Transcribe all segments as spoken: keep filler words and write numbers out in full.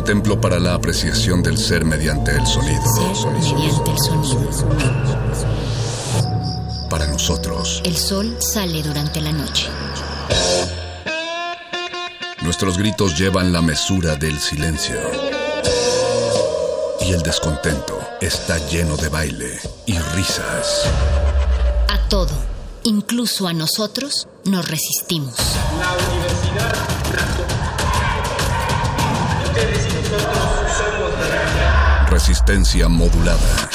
templo para la apreciación del ser mediante el sonido. Ser mediante el sonido. Para nosotros, el sol sale durante la noche. Nuestros gritos llevan la mesura del silencio. Y el descontento está lleno de baile y risas. A todo, incluso a nosotros, nos resistimos. La Universidad Ustedes y nosotros somos la realidad. Resistencia modulada.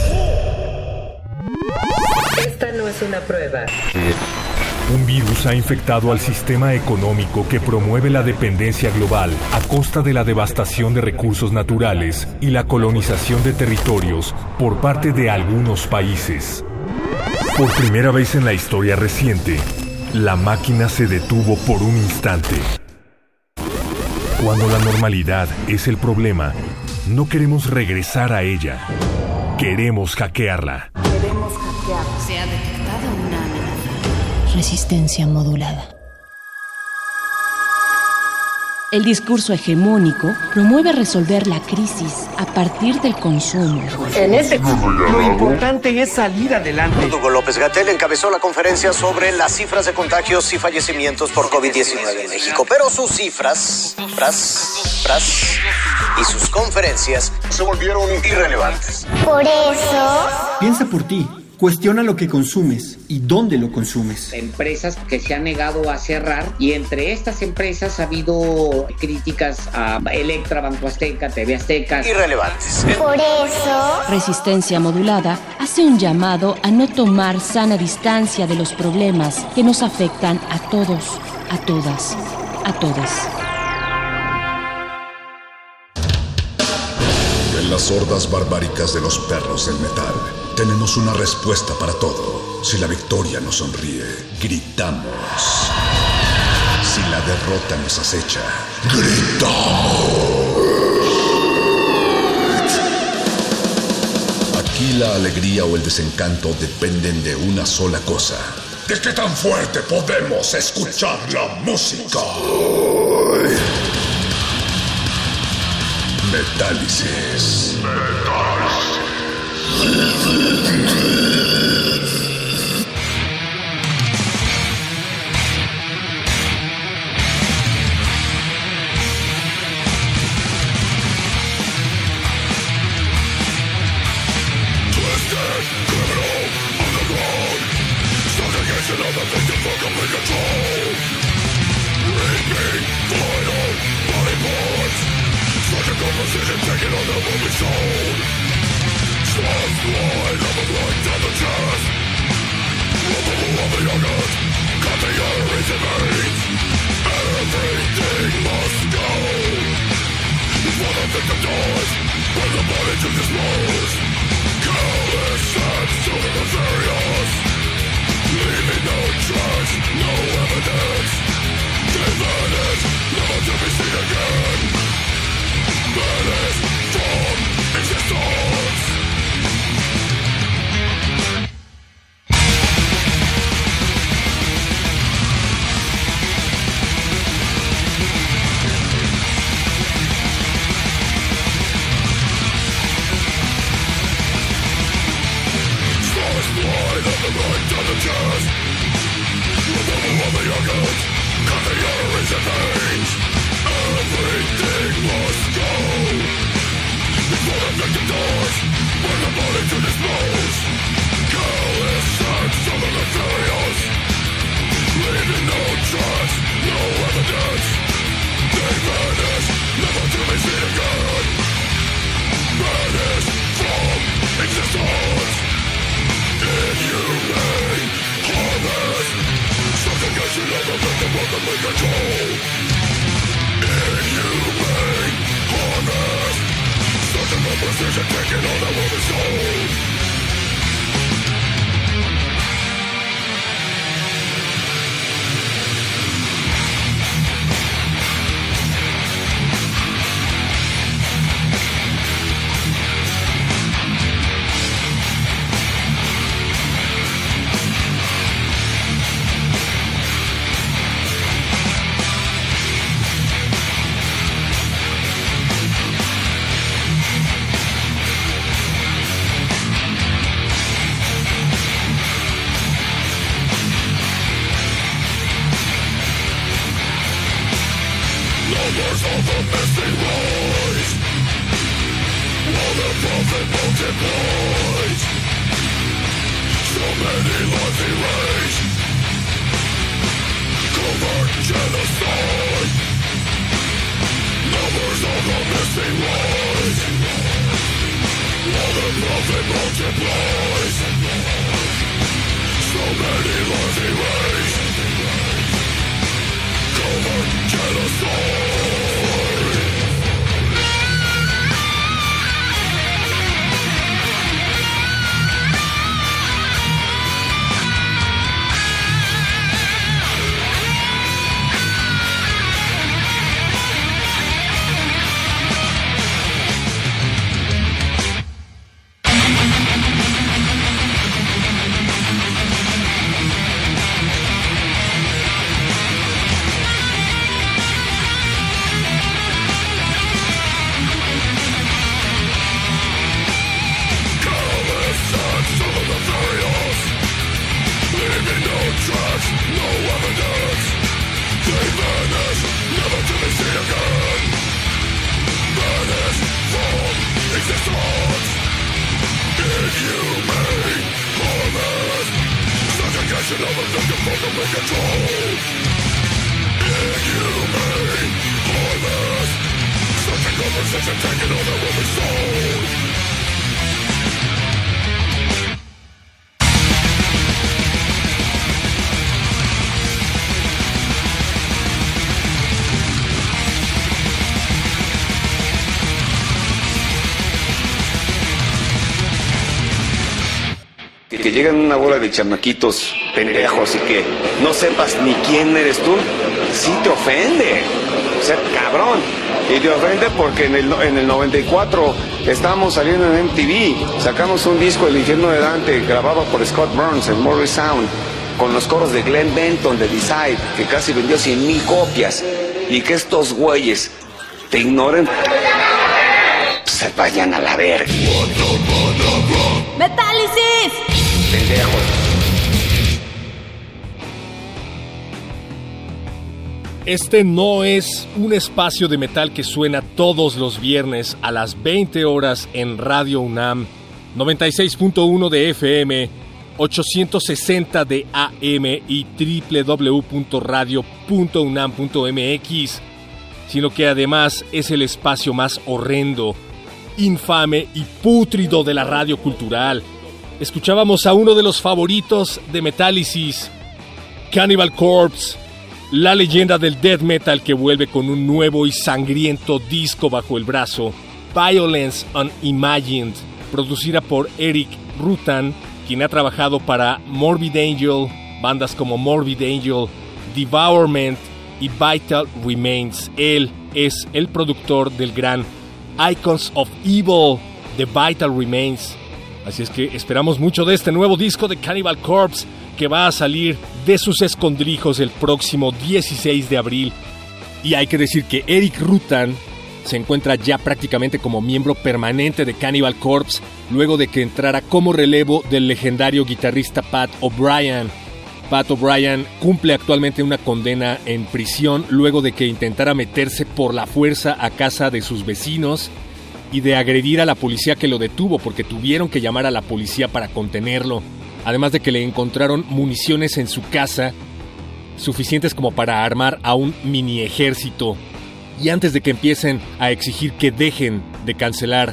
Esta no es una prueba. Un virus ha infectado al sistema económico que promueve la dependencia global a costa de la devastación de recursos naturales y la colonización de territorios por parte de algunos países. Por primera vez en la historia reciente, la máquina se detuvo por un instante. Cuando la normalidad es el problema, no queremos regresar a ella. Queremos hackearla. Queremos hackearla. Se ha detectado una amenaza. Resistencia modulada. El discurso hegemónico promueve resolver la crisis a partir del consumo. En este Lo importante es salir adelante. Hugo López-Gatell encabezó la conferencia sobre las cifras de contagios y fallecimientos por COVID diecinueve en México. Pero sus cifras, fras, fras y sus conferencias se volvieron irrelevantes. Por eso... Piensa por ti. Cuestiona lo que consumes y dónde lo consumes. Empresas que se han negado a cerrar y entre estas empresas ha habido críticas a Electra, Banco Azteca, T V Azteca. Irrelevantes. Por eso... Resistencia modulada hace un llamado a no tomar sana distancia de los problemas que nos afectan a todos, a todas, a todes. En las hordas barbáricas de los perros del metal, tenemos una respuesta para todo. Si la victoria nos sonríe, gritamos. Si la derrota nos acecha, gritamos. Aquí la alegría o el desencanto dependen de una sola cosa: ¿de qué tan fuerte podemos escuchar la música? Metálisis. Que llegan una bola de chamaquitos pendejos y que no sepas ni quién eres tú, sí te ofende. O sea, cabrón. Y te ofende porque en el, en el noventa y cuatro estábamos saliendo en M T V, sacamos un disco, El Infierno de Dante, grabado por Scott Burns en Morris Sound, con los coros de Glenn Benton de Decide, que casi vendió cien mil copias. Y que estos güeyes te ignoren, pues se vayan a la verga. ¡Metálisis! Pendejos. Este no es un espacio de metal que suena todos los viernes a las veinte horas en Radio UNAM, noventa y seis punto uno de F M, ochocientos sesenta de A M y doble u doble u doble u punto radio punto unam punto m x, sino que además es el espacio más horrendo, infame y pútrido de la radio cultural. Escuchábamos a uno de los favoritos de Metálisis, Cannibal Corpse, la leyenda del death metal que vuelve con un nuevo y sangriento disco bajo el brazo, Violence Unimagined, producida por Eric Rutan, quien ha trabajado para Morbid Angel, bandas como Morbid Angel, Devourment y Vital Remains. Él es el productor del gran Icons of Evil de Vital Remains. Así es que esperamos mucho de este nuevo disco de Cannibal Corpse, que va a salir de sus escondrijos el próximo dieciséis de abril. Y hay que decir que Eric Rutan se encuentra ya prácticamente como miembro permanente de Cannibal Corpse, luego de que entrara como relevo del legendario guitarrista Pat O'Brien. Pat O'Brien cumple actualmente una condena en prisión luego de que intentara meterse por la fuerza a casa de sus vecinos y de agredir a la policía que lo detuvo, porque tuvieron que llamar a la policía para contenerlo. Además de que le encontraron municiones en su casa, suficientes como para armar a un mini ejército. Y antes de que empiecen a exigir que dejen de cancelar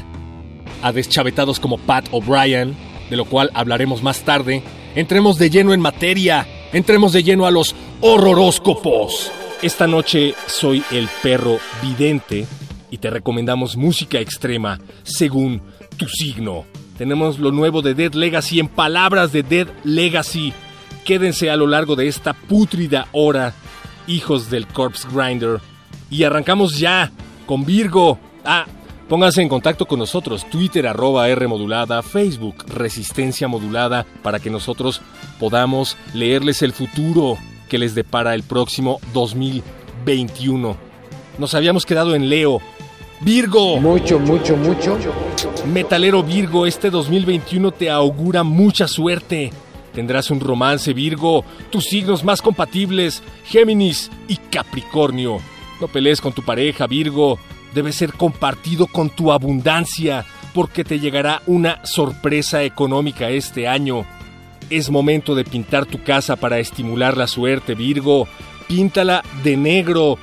a deschavetados como Pat O'Brien, de lo cual hablaremos más tarde, entremos de lleno en materia, entremos de lleno a los horroróscopos. Esta noche soy el perro vidente y te recomendamos música extrema según tu signo. Tenemos lo nuevo de Dead Legacy en palabras de Dead Legacy. Quédense a lo largo de esta pútrida hora, hijos del Corpse Grinder. Y arrancamos ya con Virgo. Ah, pónganse en contacto con nosotros. Twitter, arroba R modulada. Facebook, Resistencia Modulada. Para que nosotros podamos leerles el futuro que les depara el próximo dos mil veintiuno. Nos habíamos quedado en Leo. Virgo. Mucho, mucho, mucho. Metalero Virgo, este dos mil veintiuno te augura mucha suerte. Tendrás un romance, Virgo. Tus signos más compatibles, Géminis y Capricornio. No pelees con tu pareja, Virgo. Debe ser compartido con tu abundancia, porque te llegará una sorpresa económica este año. Es momento de pintar tu casa para estimular la suerte, Virgo. Píntala de negro.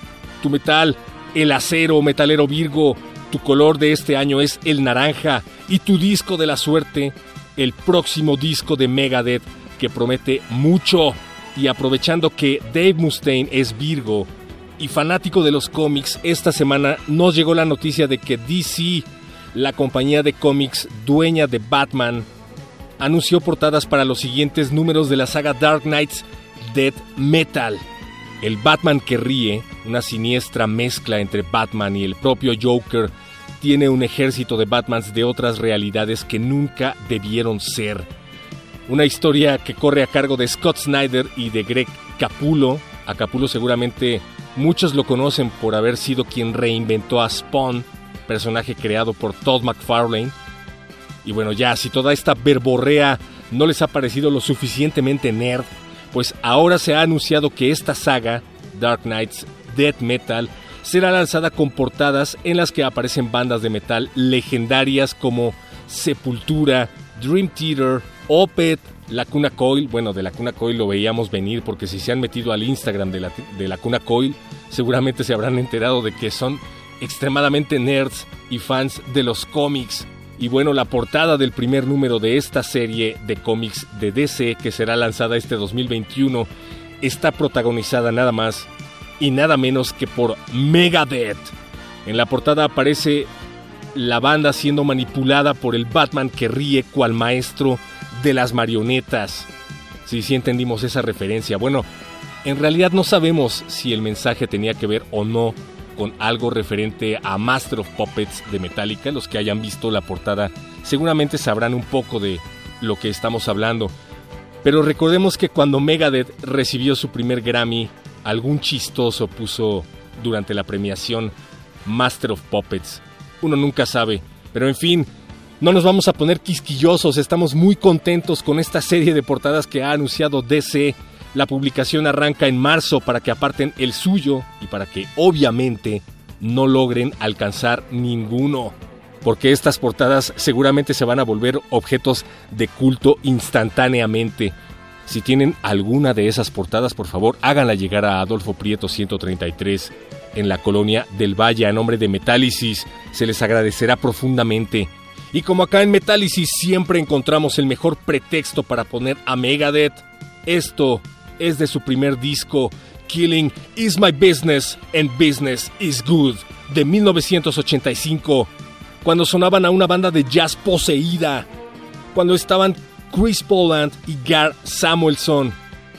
Tu metal, el acero, metalero Virgo. Tu color de este año es el naranja. Y tu disco de la suerte, el próximo disco de Megadeth, que promete mucho. Y aprovechando que Dave Mustaine es Virgo y fanático de los cómics, esta semana nos llegó la noticia de que D C, la compañía de cómics dueña de Batman, anunció portadas para los siguientes números de la saga Dark Knight's Death Metal. El Batman que ríe, una siniestra mezcla entre Batman y el propio Joker, tiene un ejército de Batmans de otras realidades que nunca debieron ser. Una historia que corre a cargo de Scott Snyder y de Greg Capullo. A Capullo seguramente muchos lo conocen por haber sido quien reinventó a Spawn, personaje creado por Todd McFarlane. Y bueno, ya, si toda esta verborrea no les ha parecido lo suficientemente nerd, pues ahora se ha anunciado que esta saga, Dark Knight's Death Metal, será lanzada con portadas en las que aparecen bandas de metal legendarias como Sepultura, Dream Theater, Opeth, Lacuna Coil. Bueno, de Lacuna Coil lo veíamos venir, porque si se han metido al Instagram de, la, de Lacuna Coil, seguramente se habrán enterado de que son extremadamente nerds y fans de los cómics. Y bueno, la portada del primer número de esta serie de cómics de D C, que será lanzada este dos mil veintiuno, está protagonizada nada más y nada menos que por Megadeth. En la portada aparece la banda siendo manipulada por el Batman que ríe cual maestro de las marionetas. Sí, sí entendimos esa referencia. Bueno, en realidad no sabemos si el mensaje tenía que ver o no con algo referente a Master of Puppets de Metallica. Los que hayan visto la portada seguramente sabrán un poco de lo que estamos hablando. Pero recordemos que cuando Megadeth recibió su primer Grammy, algún chistoso puso durante la premiación Master of Puppets. Uno nunca sabe, pero en fin, no nos vamos a poner quisquillosos. Estamos muy contentos con esta serie de portadas que ha anunciado D C. La publicación arranca en marzo para que aparten el suyo y para que obviamente no logren alcanzar ninguno, porque estas portadas seguramente se van a volver objetos de culto instantáneamente. Si tienen alguna de esas portadas, por favor, háganla llegar a Adolfo Prieto ciento treinta y tres en la Colonia del Valle a nombre de Metálisis. Se les agradecerá profundamente. Y como acá en Metálisis siempre encontramos el mejor pretexto para poner a Megadeth, esto es de su primer disco, Killing is My Business and Business is Good, de mil novecientos ochenta y cinco, cuando sonaban a una banda de jazz poseída, cuando estaban Chris Poland y Gar Samuelson,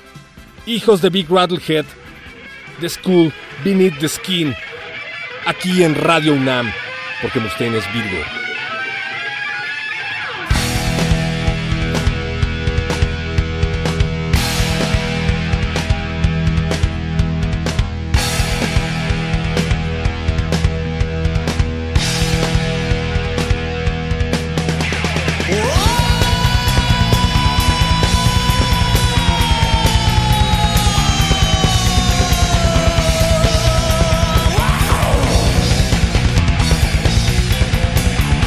hijos de Big Rattlehead, The School Beneath the Skin, aquí en Radio UNAM, porque Mustaine es Virgo. Wow!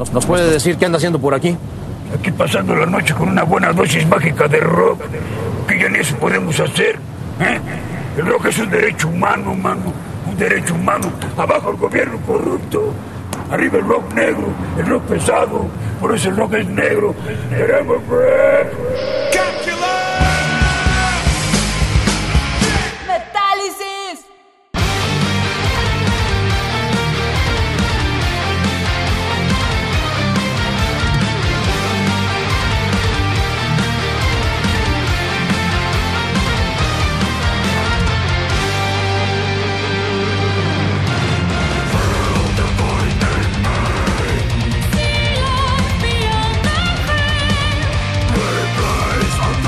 ¿Nos puede decir qué anda haciendo por aquí? Aquí pasando la noche con una buena dosis mágica de rock, que ya ni eso podemos hacer. ¿eh? El rock es un derecho humano, mano, un derecho humano. Abajo el gobierno corrupto, arriba el rock negro, el rock pesado, por eso el rock es negro. Queremos rock. ¡Metálisis! Beyond the grave,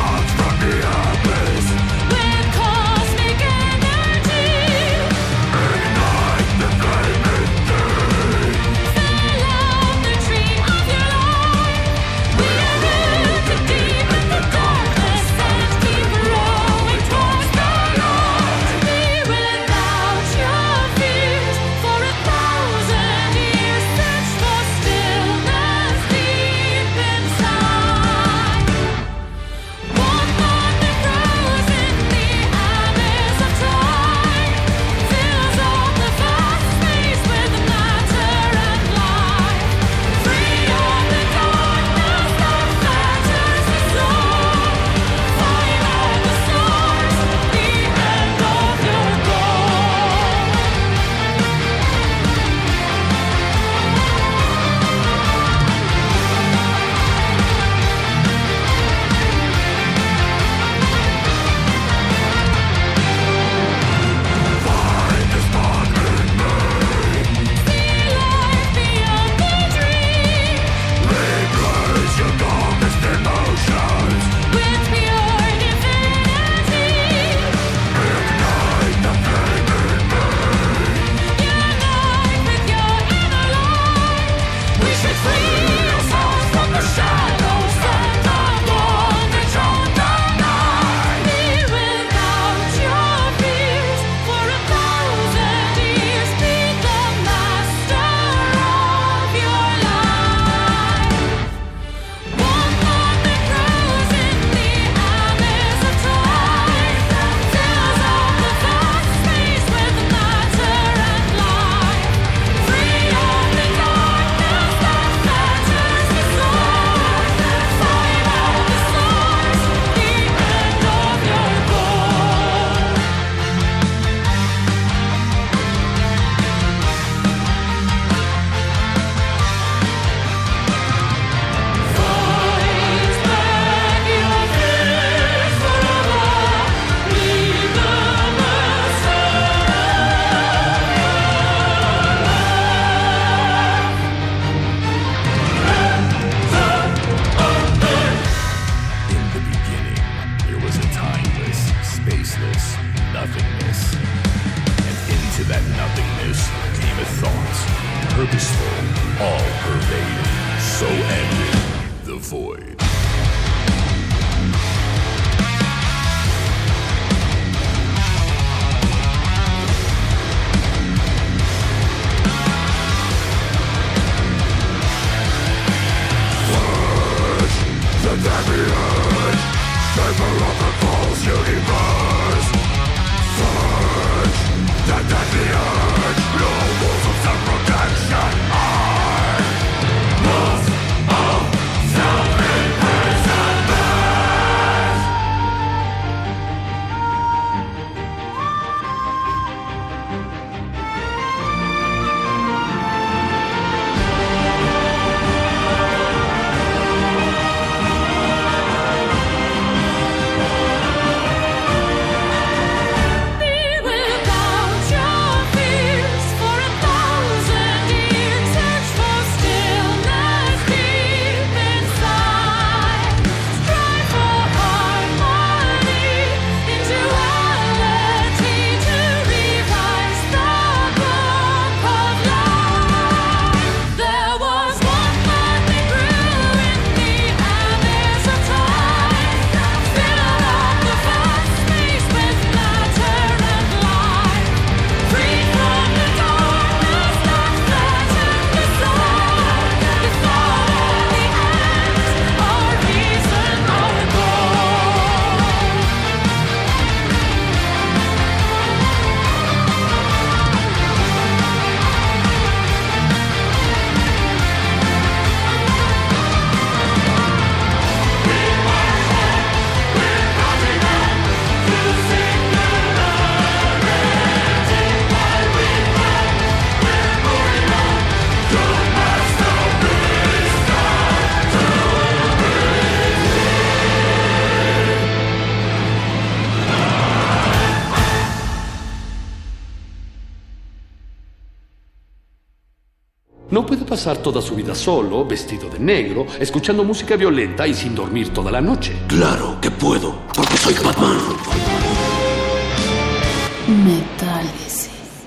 No puede pasar toda su vida solo, vestido de negro, escuchando música violenta y sin dormir toda la noche. Claro que puedo, porque soy Batman. Metálisis.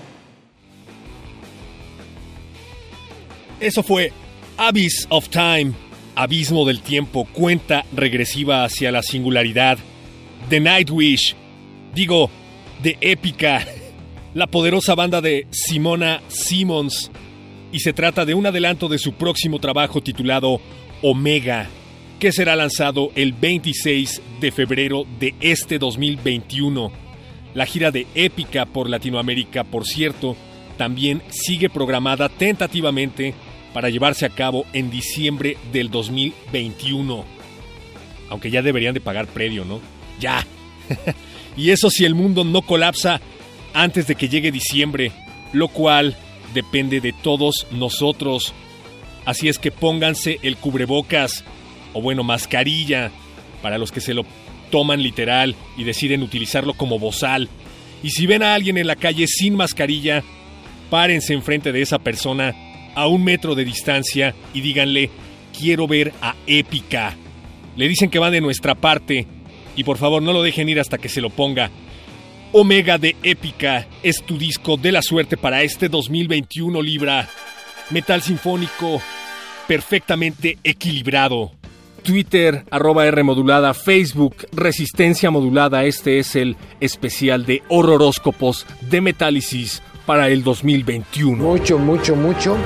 Eso fue Abyss of Time, Abismo del Tiempo, cuenta regresiva hacia la singularidad de Nightwish, digo, de Épica, la poderosa banda de Simona Simons, y se trata de un adelanto de su próximo trabajo titulado Omega, que será lanzado el veintiséis de febrero de este dos mil veintiuno. La gira de Épica por Latinoamérica, por cierto, también sigue programada tentativamente para llevarse a cabo en diciembre del dos mil veintiuno. Aunque ya deberían de pagar predio, ¿no? ¡Ya! Y eso si el mundo no colapsa antes de que llegue diciembre, lo cual depende de todos nosotros. Así es que pónganse el cubrebocas, o bueno, mascarilla, para los que se lo toman literal y deciden utilizarlo como bozal. Y si ven a alguien en la calle sin mascarilla, párense enfrente de esa persona a un metro de distancia y díganle: quiero ver a Épica. Le dicen que van de nuestra parte y por favor no lo dejen ir hasta que se lo ponga. Omega de Épica es tu disco de la suerte para este dos mil veintiuno, Libra. Metal sinfónico perfectamente equilibrado. Twitter, arroba R modulada, Facebook, Resistencia modulada. Este es el especial de horroróscopos de Metálisis para el dos mil veintiuno. Mucho, mucho, mucho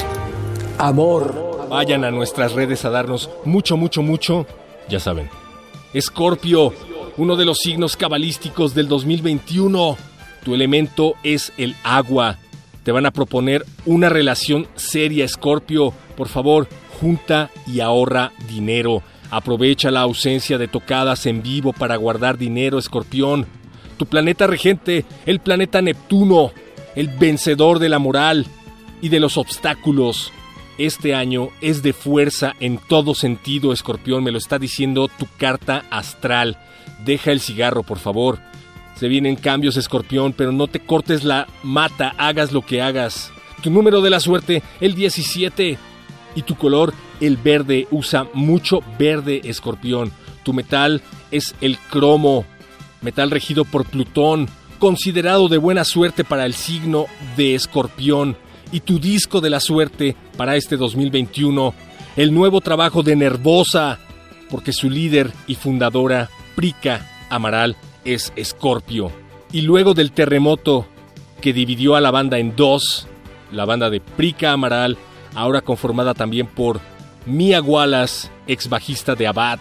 amor. Vayan a nuestras redes a darnos mucho, mucho, mucho. Ya saben. Escorpio, uno de los signos cabalísticos del dos mil veintiuno. Tu elemento es el agua. Te van a proponer una relación seria, Escorpio. Por favor, junta y ahorra dinero. Aprovecha la ausencia de tocadas en vivo para guardar dinero, Escorpión. Tu planeta regente, el planeta Neptuno, el vencedor de la moral y de los obstáculos. Este año es de fuerza en todo sentido, Escorpión. Me lo está diciendo tu carta astral. Deja el cigarro, por favor. Se vienen cambios, Escorpión, pero no te cortes la mata, hagas lo que hagas. Tu número de la suerte, el diecisiete. Y tu color, el verde. Usa mucho verde, Escorpión. Tu metal es el cromo. Metal regido por Plutón. Considerado de buena suerte para el signo de Escorpión. Y tu disco de la suerte para este dos mil veintiuno, el nuevo trabajo de Nervosa, porque su líder y fundadora, Prica Amaral, es Escorpio. Y luego del terremoto que dividió a la banda en dos, la banda de Prica Amaral, ahora conformada también por Mia Wallace, ex bajista de Abad,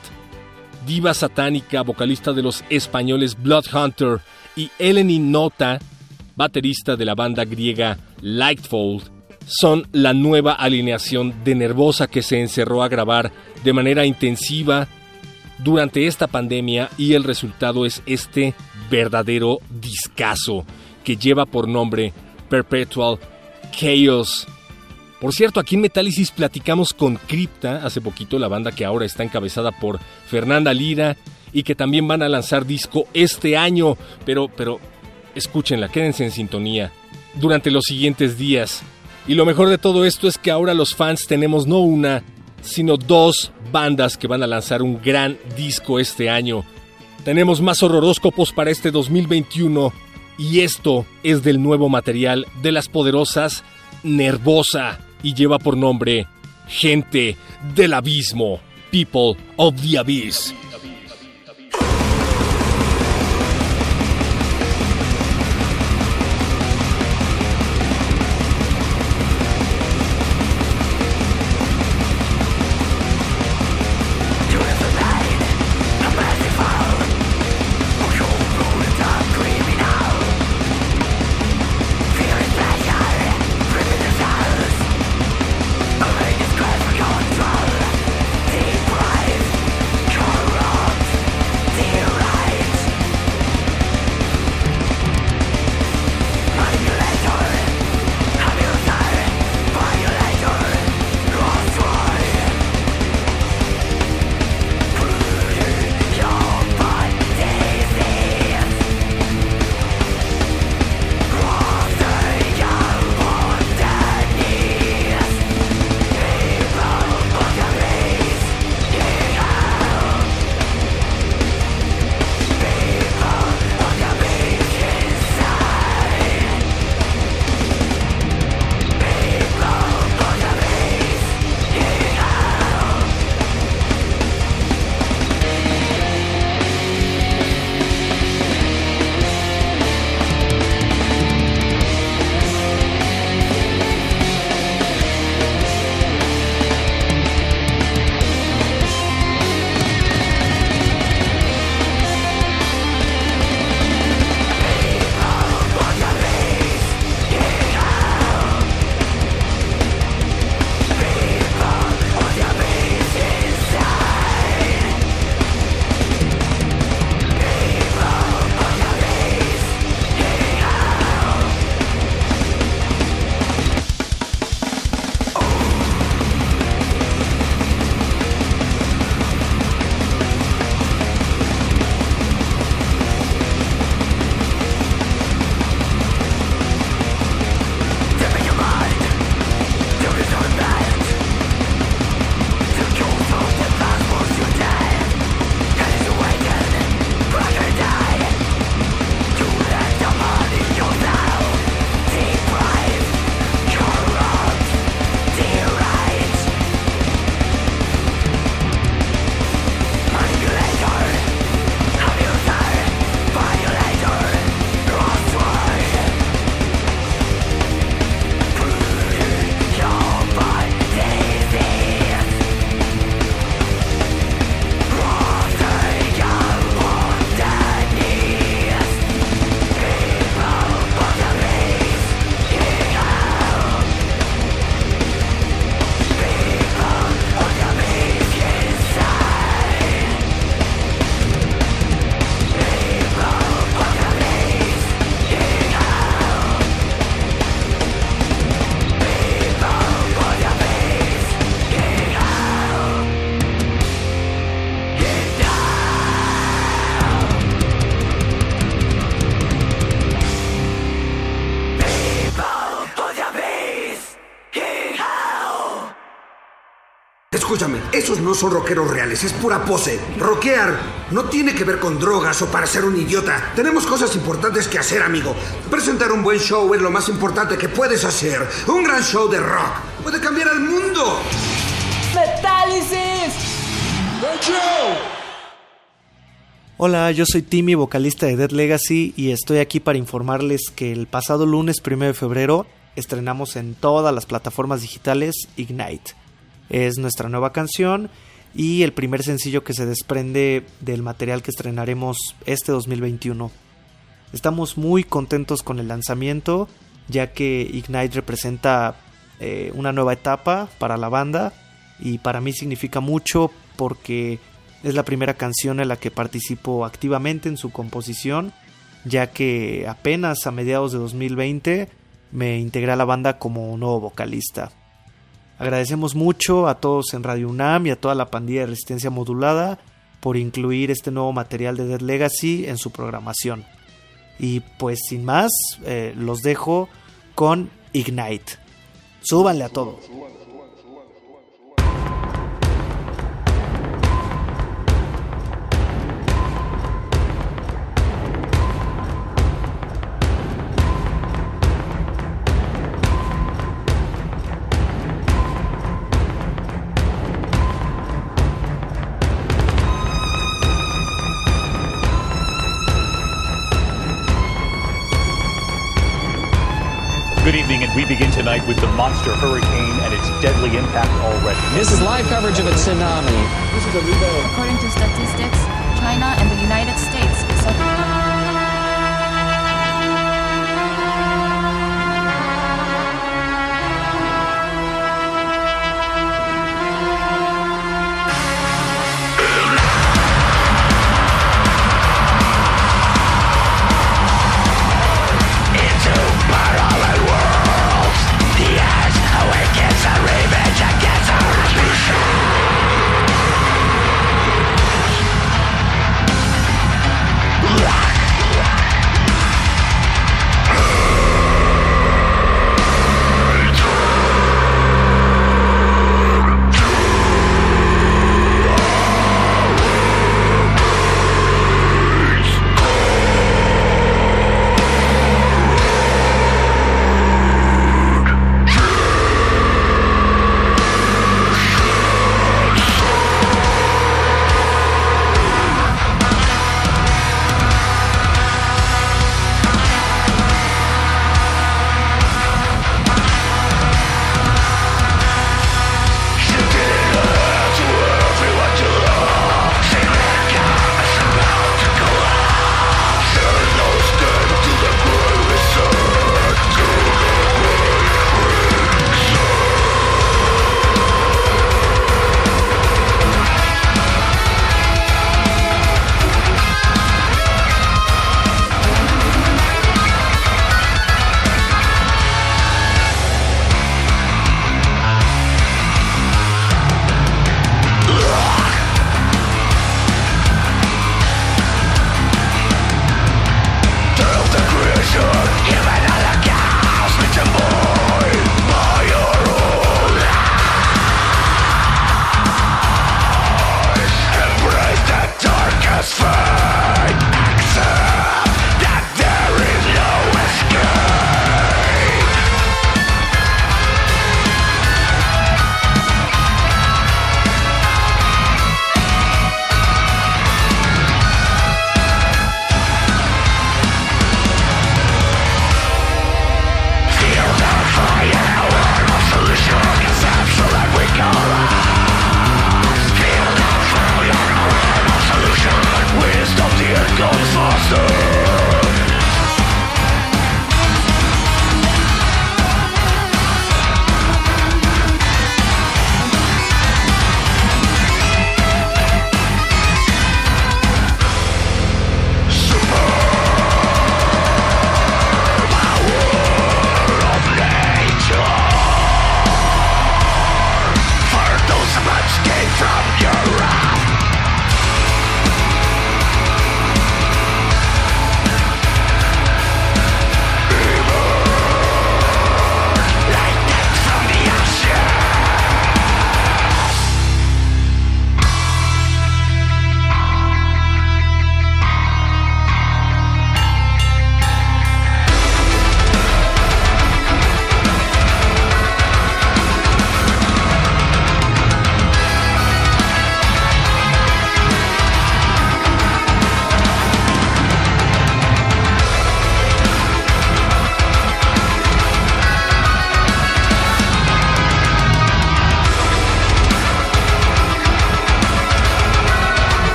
diva satánica, vocalista de los españoles Bloodhunter, y Eleni Nota, baterista de la banda griega Lightfold, son la nueva alineación de Nervosa que se encerró a grabar de manera intensiva durante esta pandemia, y el resultado es este verdadero discazo que lleva por nombre Perpetual Chaos. Por cierto, aquí en Metálisis platicamos con Crypta hace poquito, la banda que ahora está encabezada por Fernanda Lira y que también van a lanzar disco este año, pero, pero escúchenla, quédense en sintonía durante los siguientes días. Y lo mejor de todo esto es que ahora los fans tenemos no una, sino dos bandas que van a lanzar un gran disco este año. Tenemos más horroróscopos para este dos mil veintiuno y esto es del nuevo material de las poderosas Nervosa y lleva por nombre Gente del Abismo, People of the Abyss. Control, deep rise, corrupt. no son rockeros reales, es pura pose. Rockear no tiene que ver con drogas o para ser un idiota. Tenemos cosas importantes que hacer, amigo. Presentar un buen show es lo más importante que puedes hacer. Un gran show de rock puede cambiar al mundo. ¡Metálisis! Hola, yo soy Timmy, vocalista de Dead Legacy, y estoy aquí para informarles que el pasado lunes primero de febrero estrenamos en todas las plataformas digitales Ignite. Es nuestra nueva canción y el primer sencillo que se desprende del material que estrenaremos este dos mil veintiuno. Estamos muy contentos con el lanzamiento, ya que Ignite representa eh, una nueva etapa para la banda, y para mí significa mucho porque es la primera canción en la que participo activamente en su composición, ya que apenas a mediados de dos mil veinte me integré a la banda como nuevo vocalista. Agradecemos mucho a todos en Radio UNAM y a toda la pandilla de Resistencia Modulada por incluir este nuevo material de Dead Legacy en su programación. Y pues sin más, eh, los dejo con Ignite. Súbanle a todo. Good evening, and we begin tonight with the monster hurricane and its deadly impact already. This is live coverage of a tsunami. This is a rebound. According to statistics, China and the United States suffer.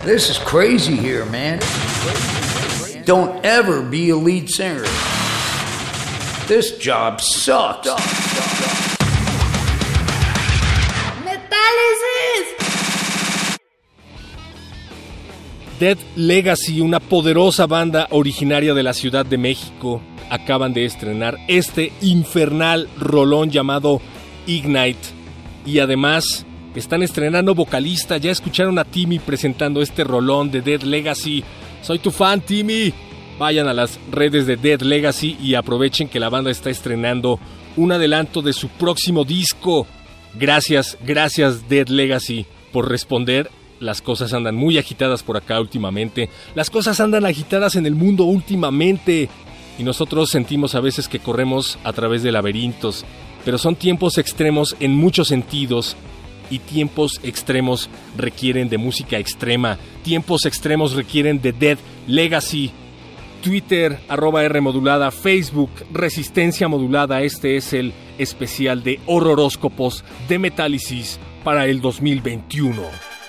This is crazy here, man. Don't ever be a lead singer. This job sucks. Dead Legacy, una poderosa banda originaria de la Ciudad de México, acaban de estrenar este infernal rolón llamado Ignite. Y además están estrenando vocalista. Ya escucharon a Timmy presentando este rolón de Dead Legacy. Soy tu fan, Timmy. Vayan a las redes de Dead Legacy y aprovechen que la banda está estrenando un adelanto de su próximo disco. Gracias, gracias Dead Legacy por responder. Las cosas andan muy agitadas por acá últimamente. Las cosas andan agitadas en el mundo últimamente. Y nosotros sentimos a veces que corremos a través de laberintos. Pero son tiempos extremos en muchos sentidos. Y tiempos extremos requieren de música extrema. Tiempos extremos requieren de Dead Legacy. Twitter, arroba R modulada, Facebook, Resistencia Modulada. Este es el especial de Horroróscopos de Metálisis para el dos mil veintiuno.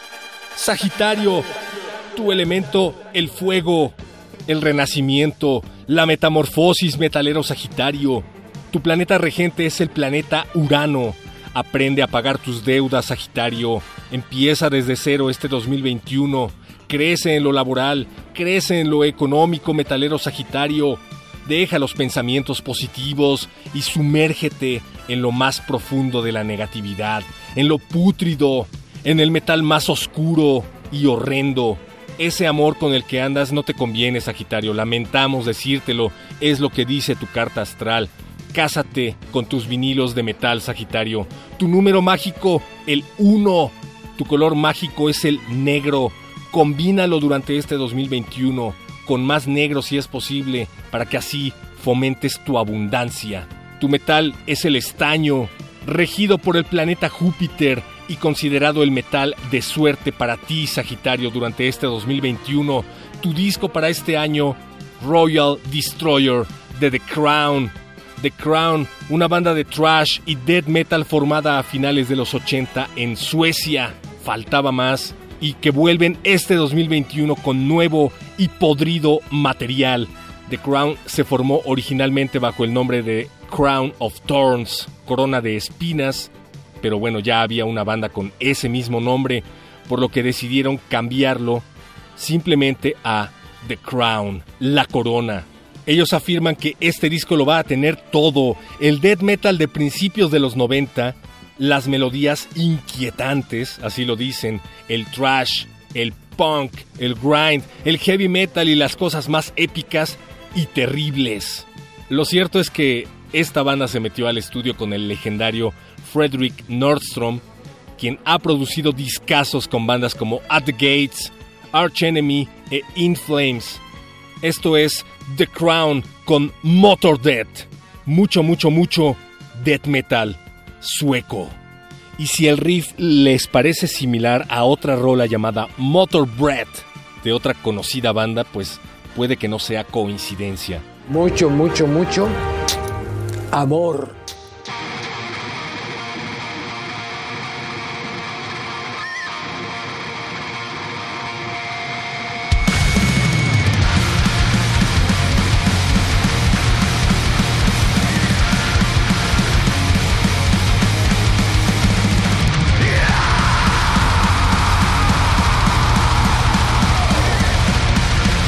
Sagitario, tu elemento, el fuego, el renacimiento, la metamorfosis, metalero Sagitario. Tu planeta regente es el planeta Urano. Aprende a pagar tus deudas, Sagitario. Empieza desde cero este dos mil veintiuno. Crece en lo laboral, crece en lo económico, metalero Sagitario. Deja los pensamientos positivos y sumérgete en lo más profundo de la negatividad, en lo pútrido, en el metal más oscuro y horrendo. Ese amor con el que andas no te conviene, Sagitario. Lamentamos decírtelo, es lo que dice tu carta astral. Cásate con tus vinilos de metal, Sagitario. Tu número mágico, el uno. Tu color mágico es el negro. Combínalo durante este dos mil veintiuno con más negro si es posible, para que así fomentes tu abundancia. Tu metal es el estaño, regido por el planeta Júpiter y considerado el metal de suerte para ti, Sagitario, durante este dos mil veintiuno. Tu disco para este año, Royal Destroyer de The Crown. The Crown, una banda de thrash y death metal formada a finales de los ochenta en Suecia. Faltaba más. Y que vuelven este dos mil veintiuno con nuevo y podrido material. The Crown se formó originalmente bajo el nombre de Crown of Thorns, corona de espinas, pero bueno, ya había una banda con ese mismo nombre, por lo que decidieron cambiarlo simplemente a The Crown, la corona. Ellos afirman que este disco lo va a tener todo: el death metal de principios de los noventa, las melodías inquietantes, así lo dicen, el thrash, el punk, el grind, el heavy metal y las cosas más épicas y terribles. Lo cierto es que esta banda se metió al estudio con el legendario Fredrik Nordstrom, quien ha producido discazos con bandas como At the Gates, Arch Enemy e In Flames. Esto es The Crown con Motorhead. Mucho, mucho, mucho death metal sueco. Y si el riff les parece similar a otra rola llamada Motor Breath de otra conocida banda, pues puede que no sea coincidencia. Mucho, mucho, mucho amor.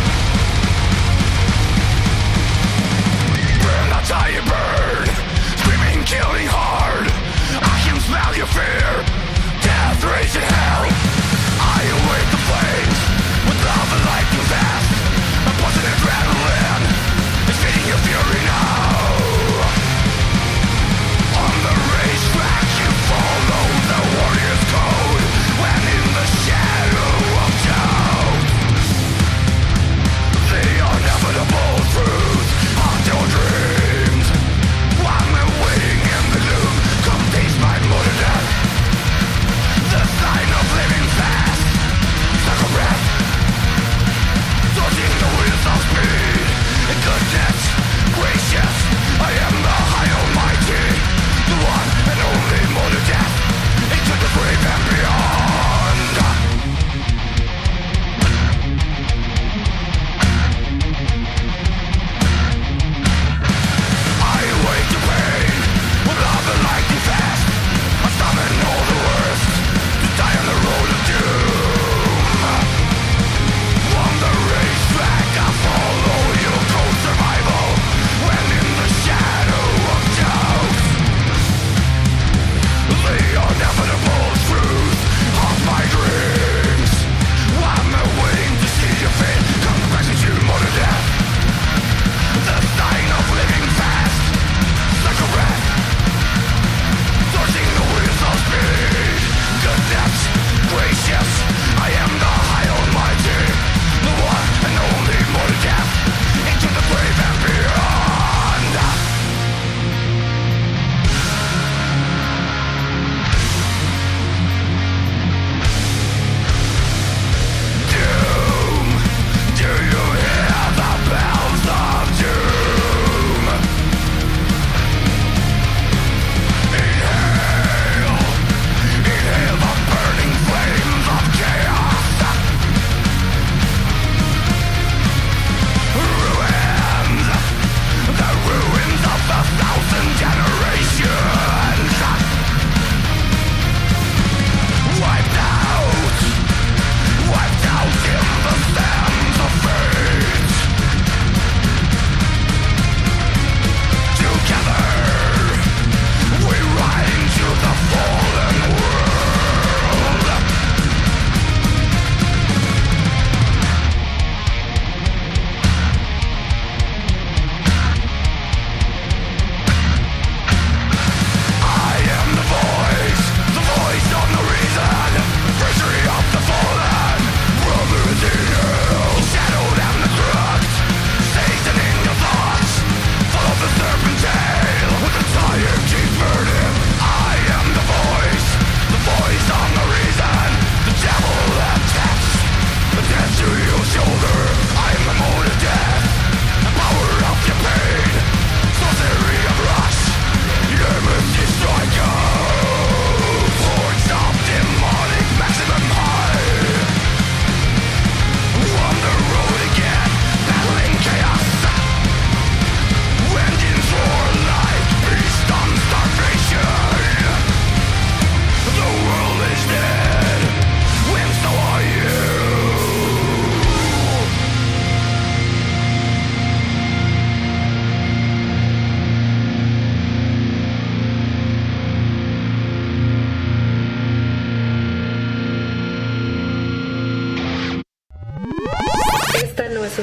Burn, I'll tell you burn.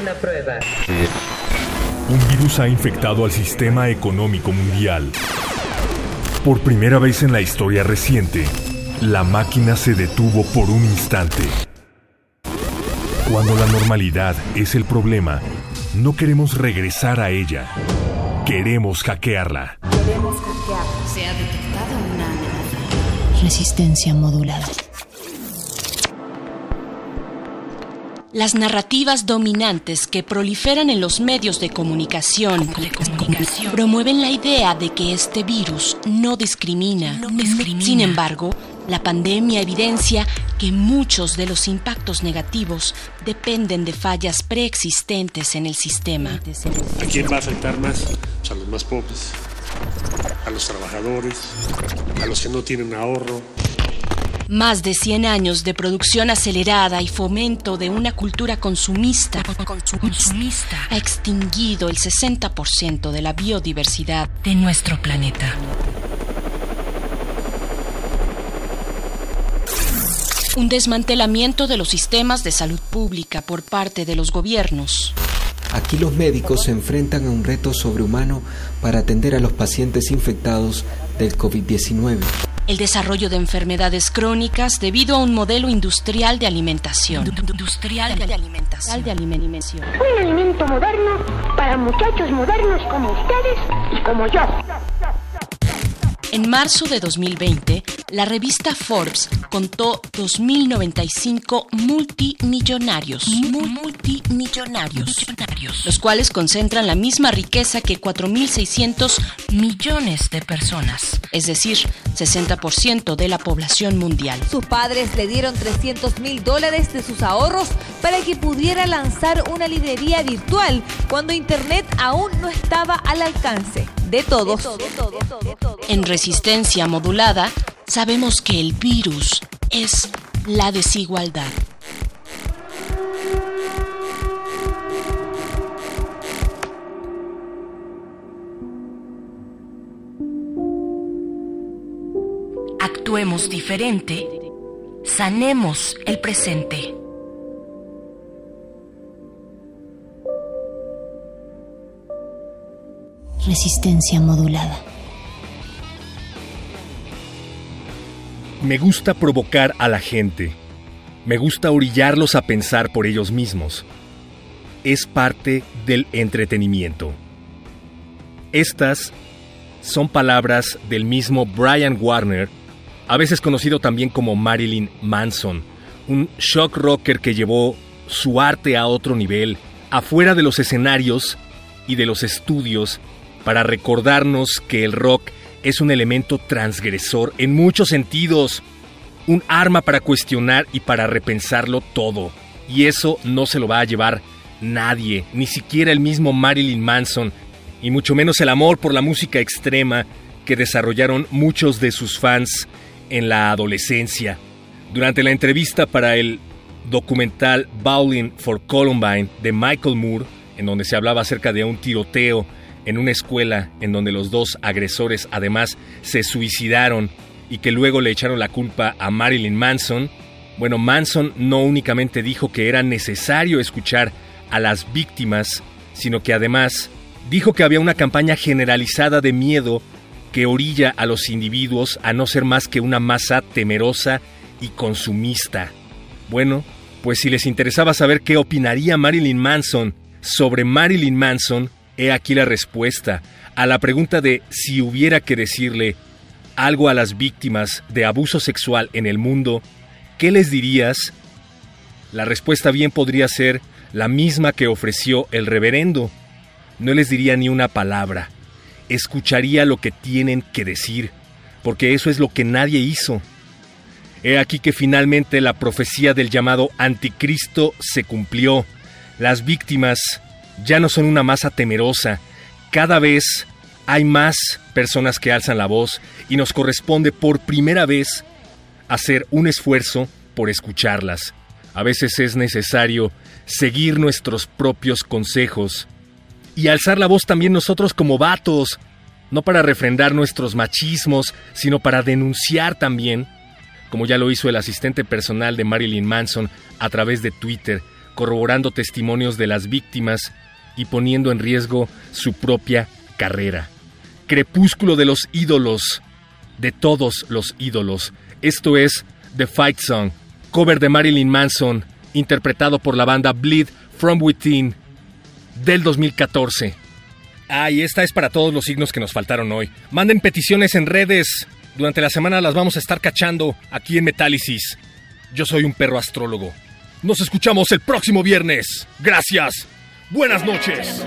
una prueba. Un virus ha infectado al sistema económico mundial. Por primera vez en la historia reciente, la máquina se detuvo por un instante. Cuando la normalidad es el problema, no queremos regresar a ella. Queremos hackearla. Queremos hackearla. Se ha detectado una amenaza. Resistencia modulada. Las narrativas dominantes que proliferan en los medios de comunicación, de comunicación promueven la idea de que este virus no discrimina. no discrimina. Sin embargo, la pandemia evidencia que muchos de los impactos negativos dependen de fallas preexistentes en el sistema. ¿A quién va a afectar más? Pues a los más pobres, a los trabajadores, a los que no tienen ahorro. Más de cien años de producción acelerada y fomento de una cultura consumista, consumista ha extinguido el sesenta por ciento de la biodiversidad de nuestro planeta. Un desmantelamiento de los sistemas de salud pública por parte de los gobiernos. Aquí los médicos se enfrentan a un reto sobrehumano para atender a los pacientes infectados del covid diecinueve. El desarrollo de enfermedades crónicas debido a un modelo industrial de alimentación. Industrial de alimentación. De alimentación. Un alimento moderno para muchachos modernos como ustedes y como yo. En marzo de dos mil veinte, la revista Forbes contó dos mil noventa y cinco multimillonarios, multimillonarios, los cuales concentran la misma riqueza que cuatro mil seiscientos millones de personas, es decir, sesenta por ciento de la población mundial. Sus padres le dieron trescientos mil dólares de sus ahorros para que pudiera lanzar una librería virtual cuando Internet aún no estaba al alcance de todos. De todo, de todo, de todo, de todo. En resistencia modulada, sabemos que el virus es la desigualdad. Actuemos diferente, sanemos el presente. Resistencia modulada. Me gusta provocar a la gente. Me gusta orillarlos a pensar por ellos mismos. Es parte del entretenimiento. Estas son palabras del mismo Brian Warner, a veces conocido también como Marilyn Manson, un shock rocker que llevó su arte a otro nivel, afuera de los escenarios y de los estudios, para recordarnos que el rock es un elemento transgresor en muchos sentidos, un arma para cuestionar y para repensarlo todo. Y eso no se lo va a llevar nadie, ni siquiera el mismo Marilyn Manson, y mucho menos el amor por la música extrema que desarrollaron muchos de sus fans en la adolescencia. Durante la entrevista para el documental Bowling for Columbine de Michael Moore, en donde se hablaba acerca de un tiroteo en una escuela en donde los dos agresores además se suicidaron y que luego le echaron la culpa a Marilyn Manson, bueno, Manson no únicamente dijo que era necesario escuchar a las víctimas, sino que además dijo que había una campaña generalizada de miedo que orilla a los individuos a no ser más que una masa temerosa y consumista. Bueno, pues si les interesaba saber qué opinaría Marilyn Manson sobre Marilyn Manson, he aquí la respuesta a la pregunta de si hubiera que decirle algo a las víctimas de abuso sexual en el mundo, ¿qué les dirías? La respuesta bien podría ser la misma que ofreció el reverendo. No les diría ni una palabra. Escucharía lo que tienen que decir, porque eso es lo que nadie hizo. He aquí que finalmente la profecía del llamado anticristo se cumplió. Las víctimas ya no son una masa temerosa. Cada vez hay más personas que alzan la voz y nos corresponde por primera vez hacer un esfuerzo por escucharlas. A veces es necesario seguir nuestros propios consejos y alzar la voz también nosotros como vatos, no para refrendar nuestros machismos, sino para denunciar también, como ya lo hizo el asistente personal de Marilyn Manson a través de Twitter, corroborando testimonios de las víctimas y poniendo en riesgo su propia carrera. Crepúsculo de los ídolos, de todos los ídolos. Esto es The Fight Song, cover de Marilyn Manson, interpretado por la banda Bleed From Within, del dos mil catorce. Ah, y esta es para todos los signos que nos faltaron hoy. Manden peticiones en redes. Durante la semana las vamos a estar cachando aquí en Metálisis. Yo soy un perro astrólogo. Nos escuchamos el próximo viernes. Gracias. Buenas noches.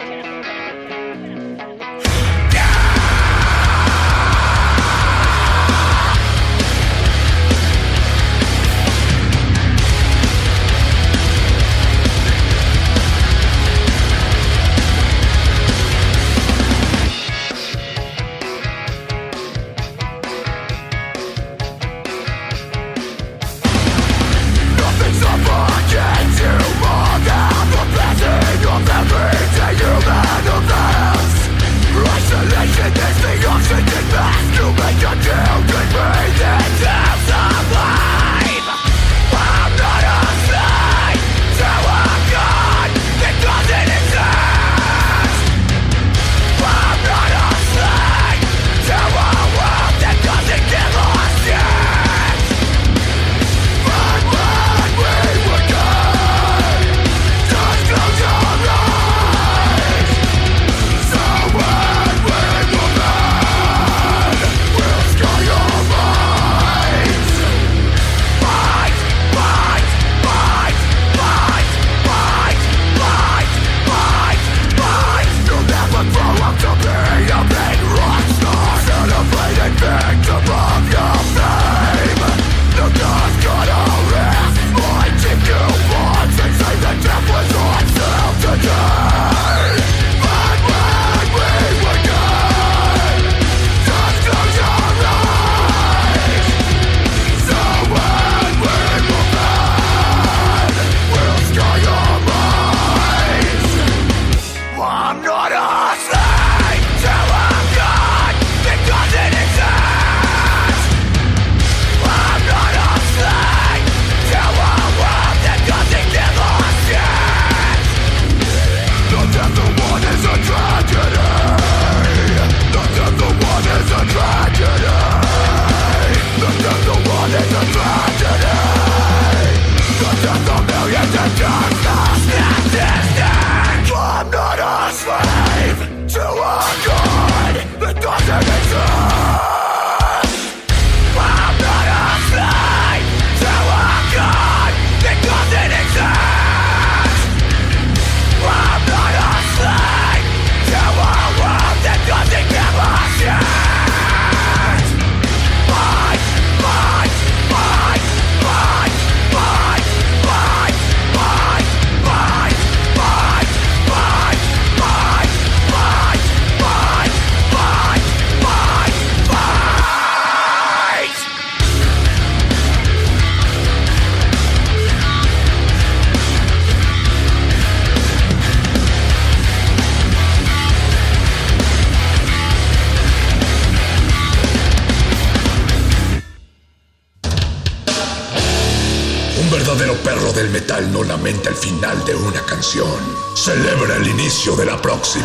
No lamenta el final de una canción, celebra el inicio de la próxima.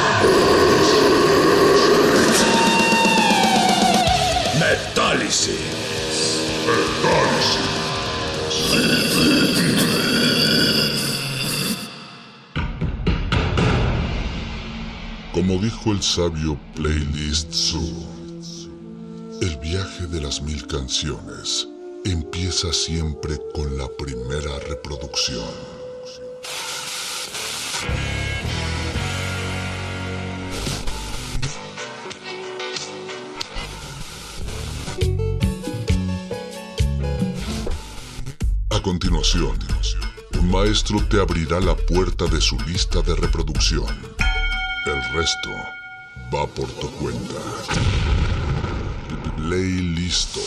Metálisis. Metálisis. Como dijo el sabio Playlist Zoo, el viaje de las mil canciones empieza siempre con la primera reproducción. A continuación, un maestro te abrirá la puerta de su lista de reproducción. El resto va por tu cuenta. Play listo.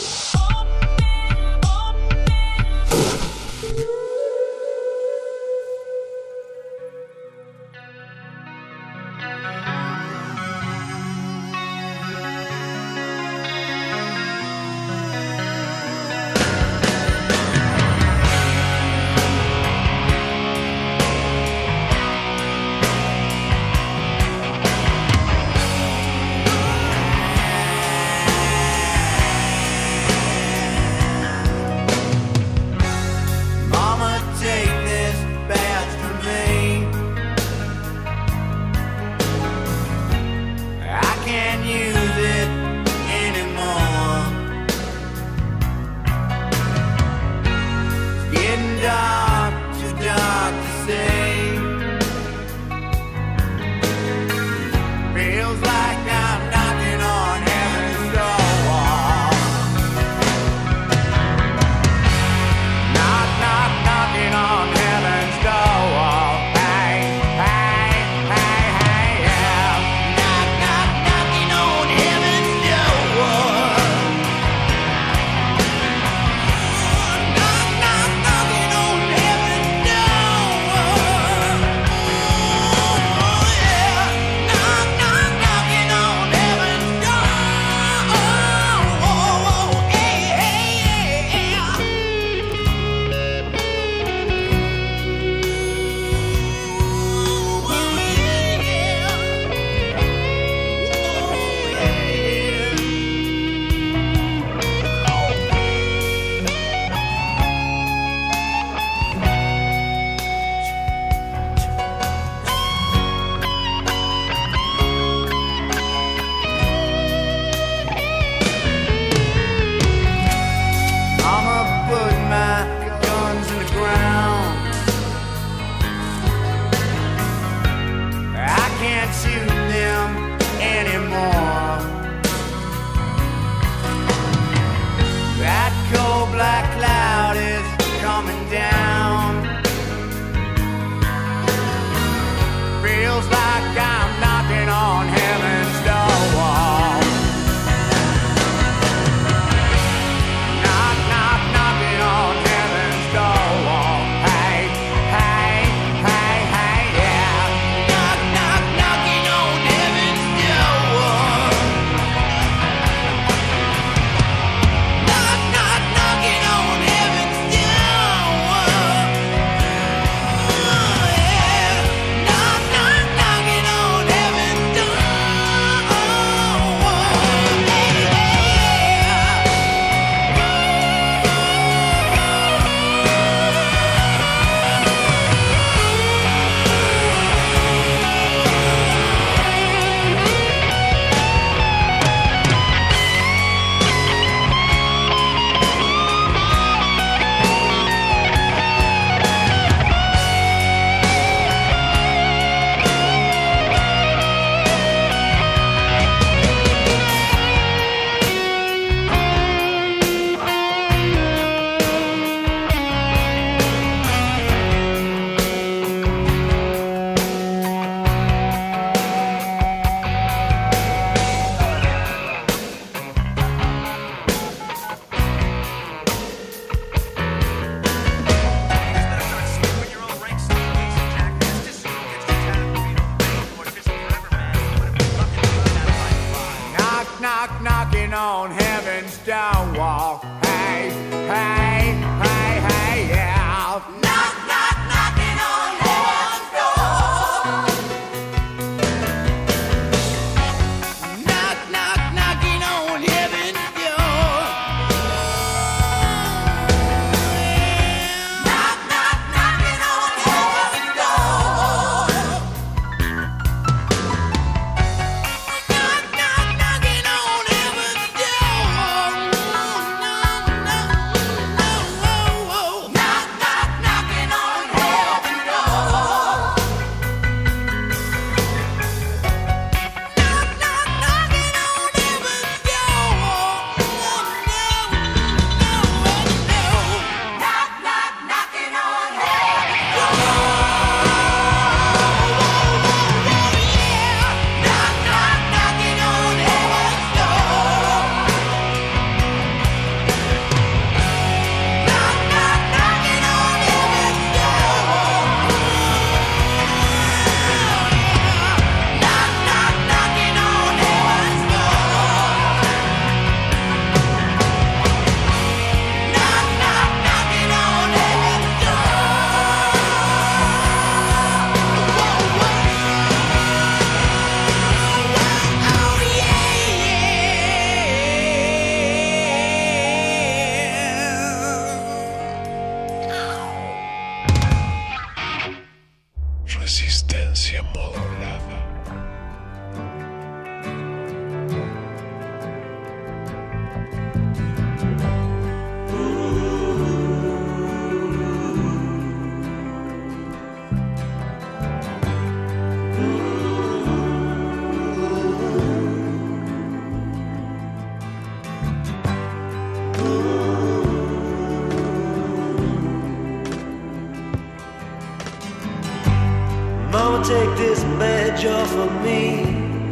gonna take this badge off of me.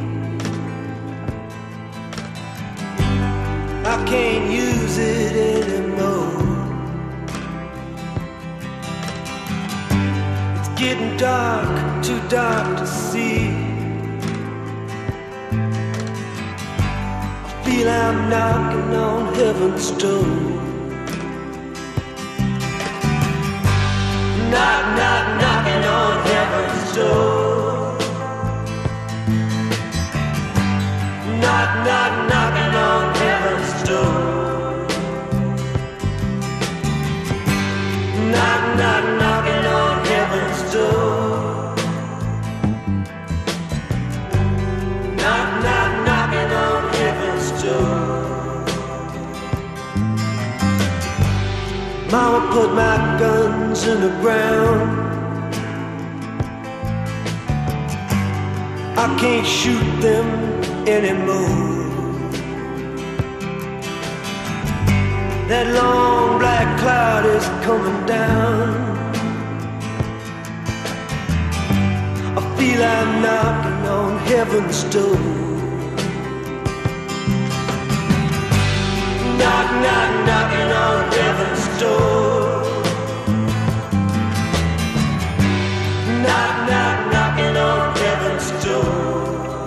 I can't use it anymore. It's getting dark, too dark to see. I feel I'm knocking on heaven's door. Knock, knock, knocking on heaven's door. Knock, knock, knocking on heaven's door. Knock, knock, knocking on heaven's door. Knock, knock, knocking on heaven's door. Mama put my guns in the ground. I can't shoot them anymore. That long black cloud is coming down. I feel I'm knocking on heaven's door. Knock, knock, knocking on heaven's door. Knock, knock, knocking on heaven's door.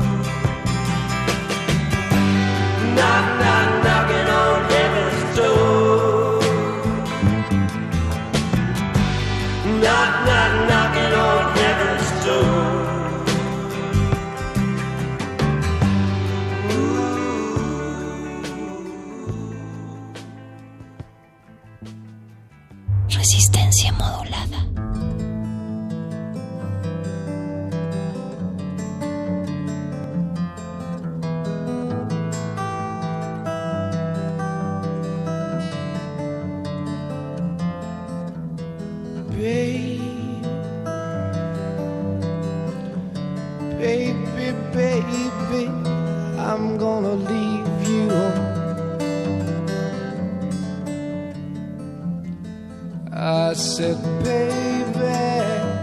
Knock, knock, knocking on heaven's door. Knock, knock, knocking on heaven's door. Resistencia modulada. Baby, baby, I'm gonna leave you. I said, baby,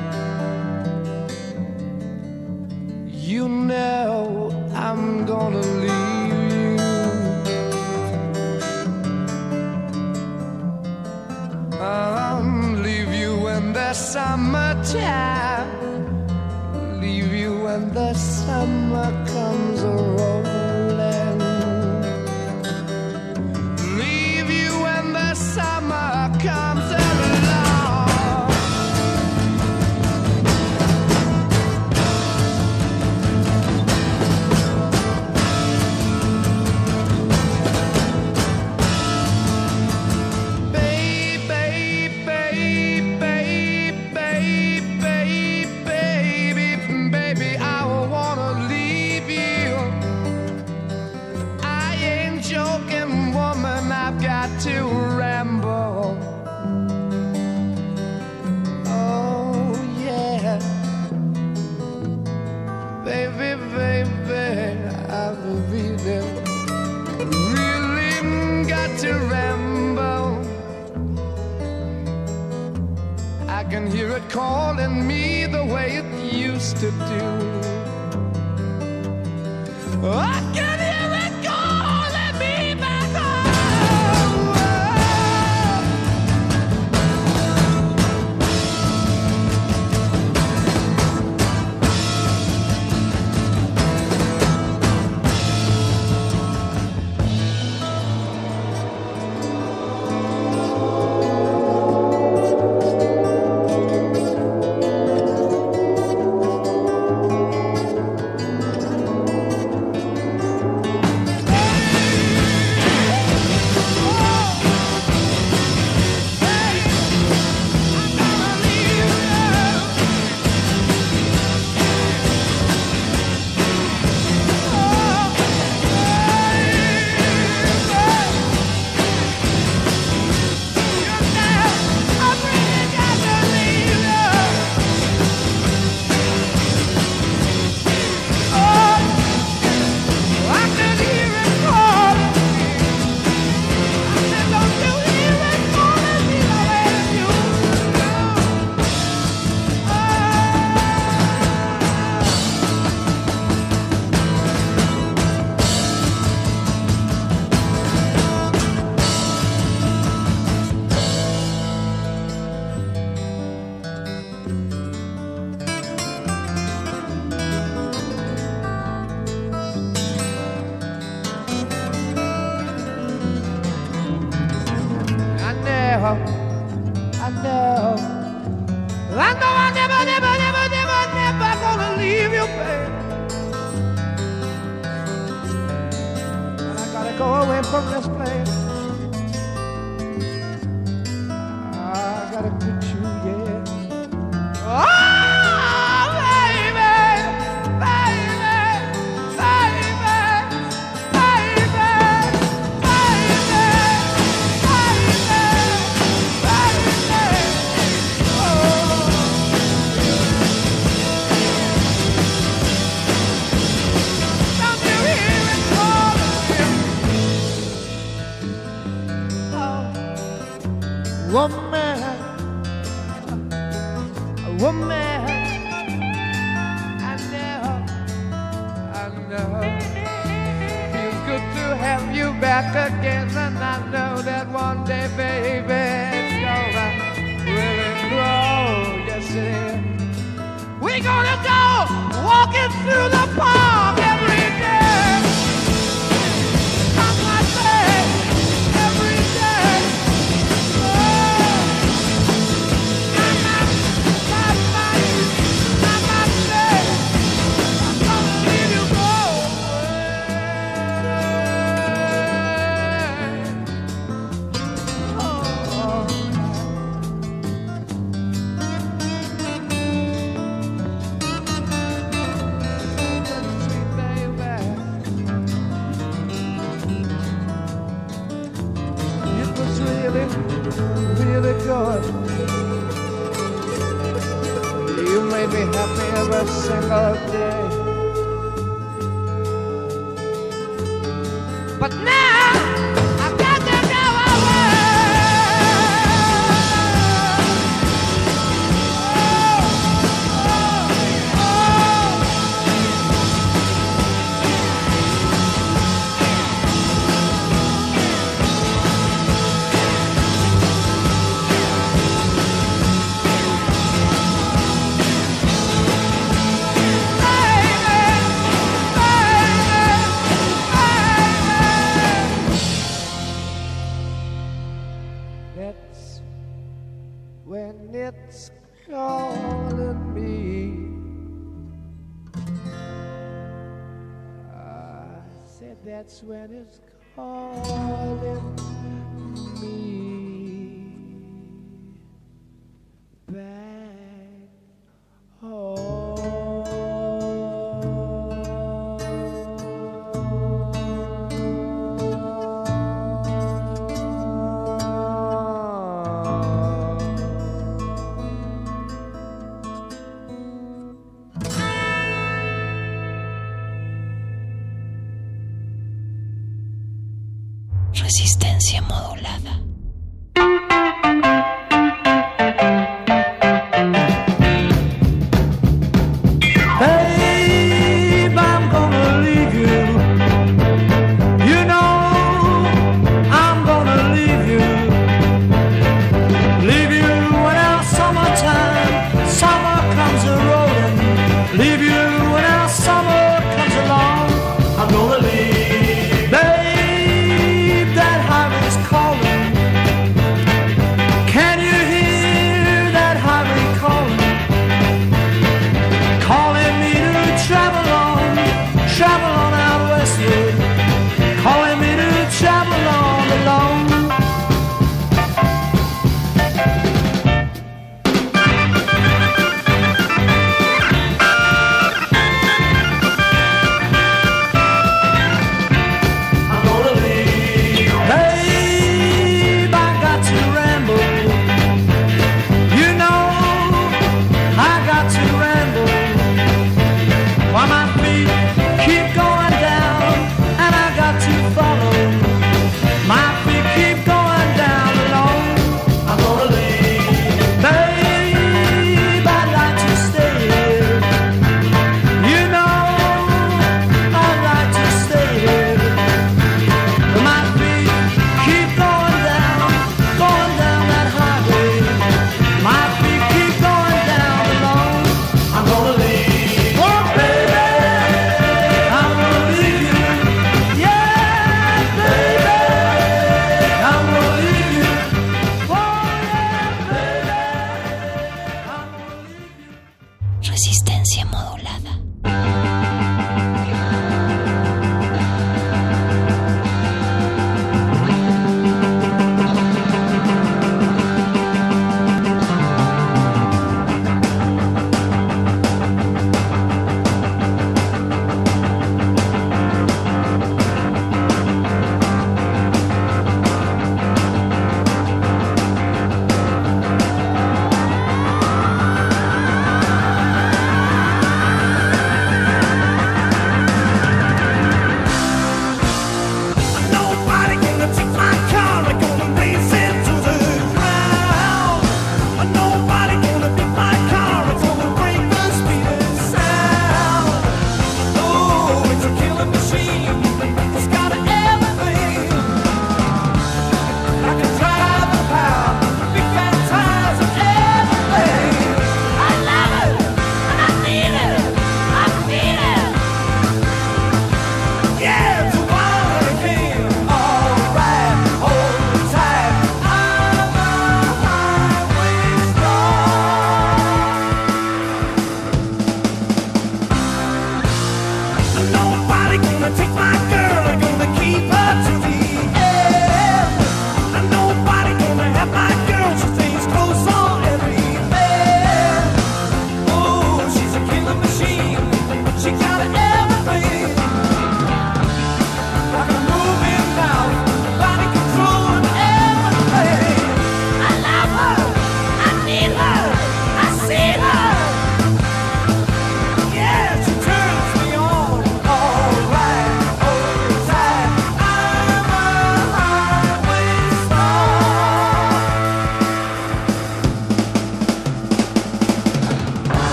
you know I'm gonna leave you. I'll leave you in the summertime. Leave you when the summer comes rolling. Leave you when the summer comes along. Baby, baby, baby, baby, baby, baby, I wanna leave you. I ain't joking, woman, I've got to ramble. Oh, yeah. Baby, baby, I've really, really got to ramble. I can hear it calling me the way it used to do. I can hear it calling me back home. know, I know, I know I never, never, never, never, never gonna leave you, baby. And I gotta go away from this place. I gotta quit you, yeah. Oh! Woman, woman, I know, I know. Feels good to have you back again, and I know that one day, baby, it's gonna really grow. Yes, it is. We're gonna go walking through the park every day. Come on, baby, every day. Really good. You made me happy every single day. But now I've got to go away. It's calling me. I said that's when it's calling me back home. Resistencia modulada. Babe, I'm gonna leave you. You know I'm gonna leave you. Leave you when our summertime, summer comes a-rolling. Leave you when our summer comes along. I'm gonna leave. Babe, that highway's calling.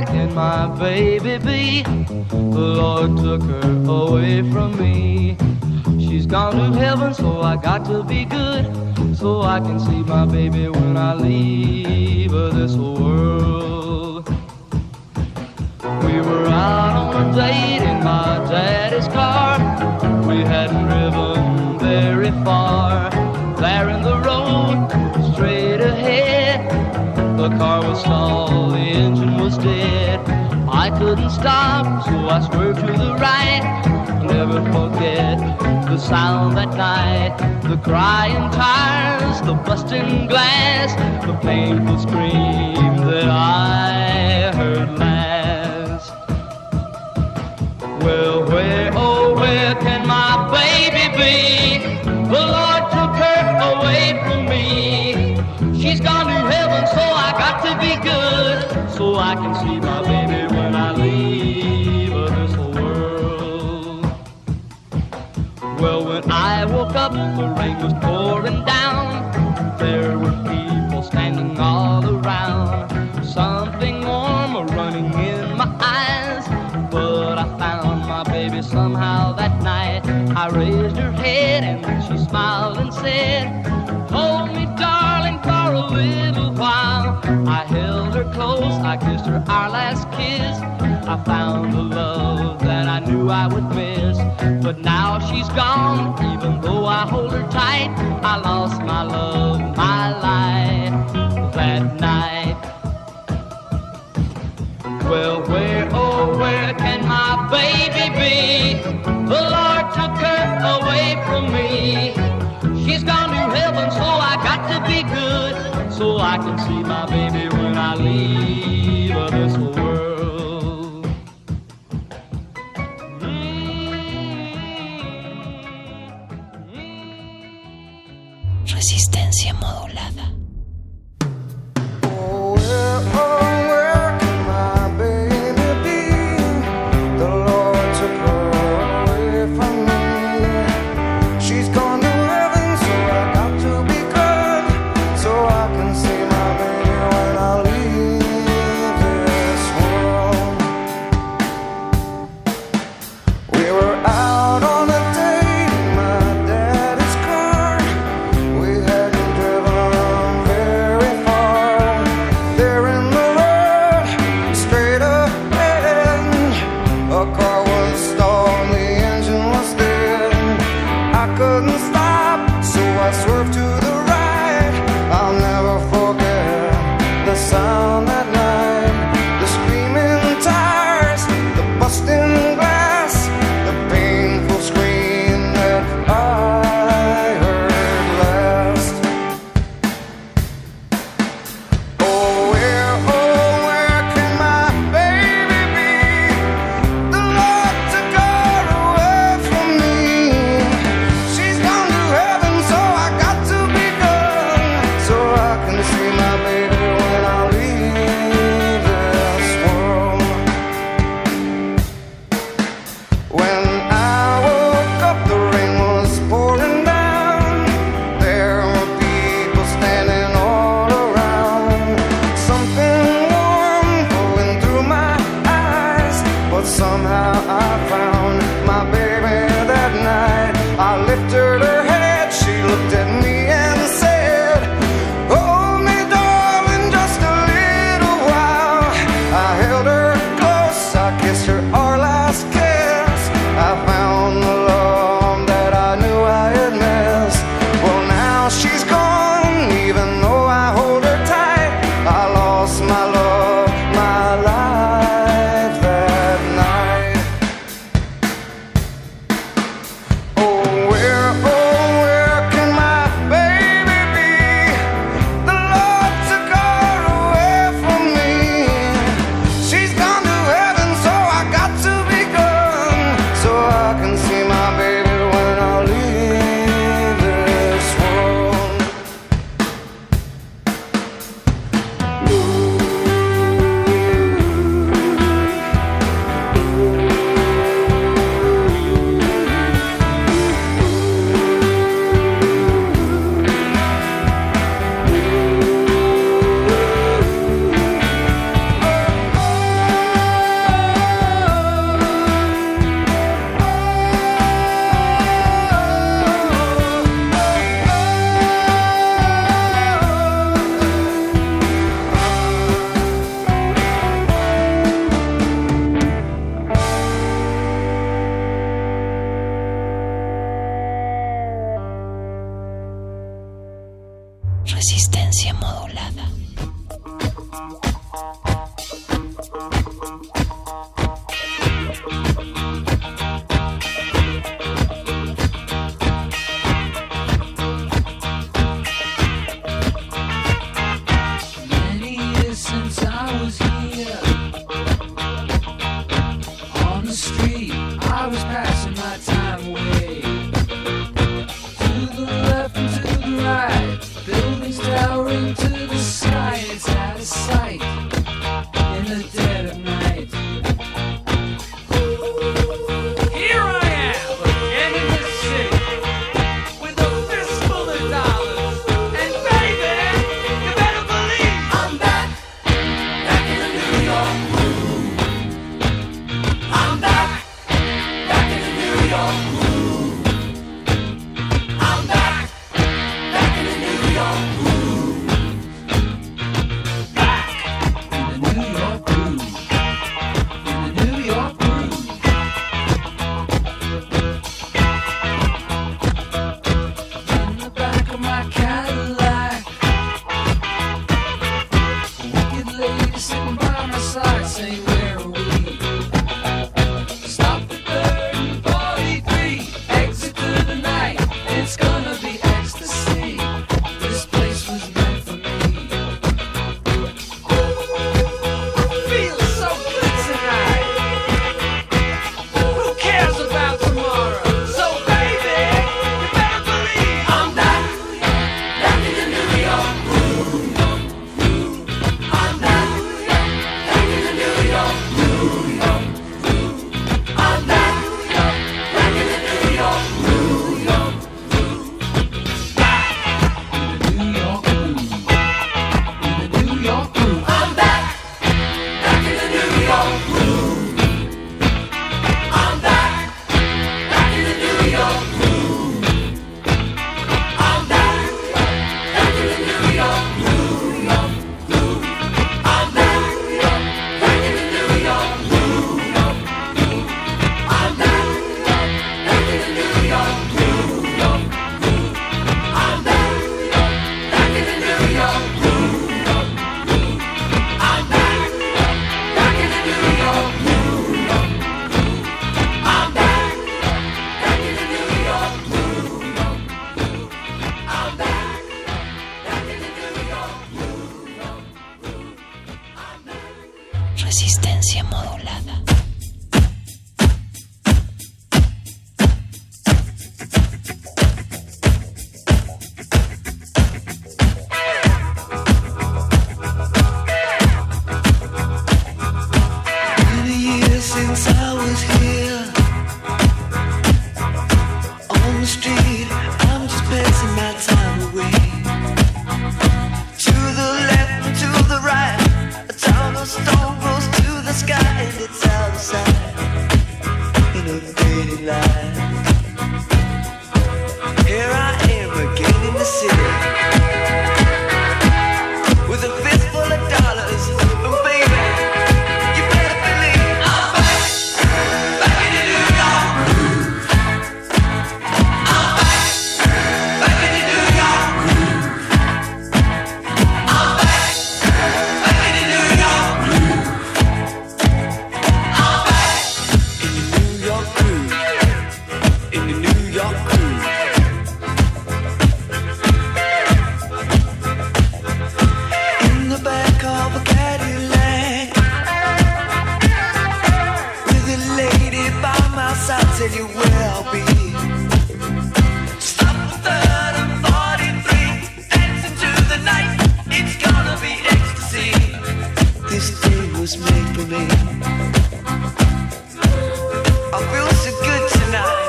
can my baby be? The Lord took her away from me. She's gone to heaven, so I got to be good, so I can see my baby when I leave this world. We were out on a date in my daddy's car. We hadn't driven very far. There in the road, straight ahead, the car was stalled, the engine was dead. I couldn't stop, so I swerved to the right. Never forget the sound that night, the crying tires, the busting glass, the painful scream that I heard last. Well, where, oh, where can my baby be? The Lord took her away from me. She's gone to heaven, so I got to be good, so I can see my baby when I leave this world. Well, when I woke up, the rain was pouring down. There were people standing all around. Something warm running in my eyes, but I found my baby somehow that night. I raised her head and then she smiled and said, hold me, darling, for a little while. I held her close, I kissed her our last kiss. I found the love that I knew I would miss. But now she's gone, even though I hold her tight. I lost my love, my life that night. Well, where, oh, where can my baby be? The Lord took her away from me. She's gone to heaven, so I got to be good, so I can see my baby when I leave this world. Resistencia modulada. Oh, where, oh, where can my baby be? The Lord took her away from me. She's gone to heaven, so I got to be good, so I can see my baby when I leave this world. We were out on a date in my daddy's car. We hadn't driven very far. There in the road, straight ahead, a car was stalled, the engine was dead. I couldn't stop, so I swerved to the right. I'll never forget the sound that night, the screaming tires, the busting glass, the painful scream that I heard last. Oh, where, oh, where can my baby be? The Lord took her away from me. She's gone to heaven, so I got to be good, so I can see my baby when I leave this world. When I woke up, the rain was pouring down. There were people standing all around. Something warm going through my eyes, but somehow I found my baby that night. I lifted her head, she looked at me and said, hold me, darling, just a little while. I held her close, I kissed her our last kiss. I found the love that I knew I had missed. Well, now she's gone, even though I hold her tight. I lost my love, my life that night. modulada. Since I was here on the street, I'm just passing my time away. To the left and to the right, a town of stone goes to the sky, and it's out of sight in a fading light. Here I am again in the city with a fistful of dollars, and baby, you better believe I'm back, back in New York. I'm back, back in New York. I'm back, back in New York. I'm back in the New York groove, in the New York groove. In the back of a Cadillac, with a lady by my side, tell you where I'll be. Stop the third and forty-three, dancing to the night. It's gonna be ecstasy. This day was made for me. I feel so good tonight.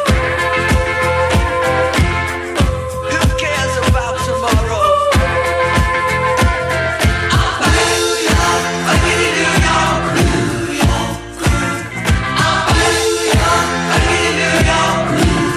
Who cares about tomorrow? I'm back, back in New York, New York. I'm back, back in New York.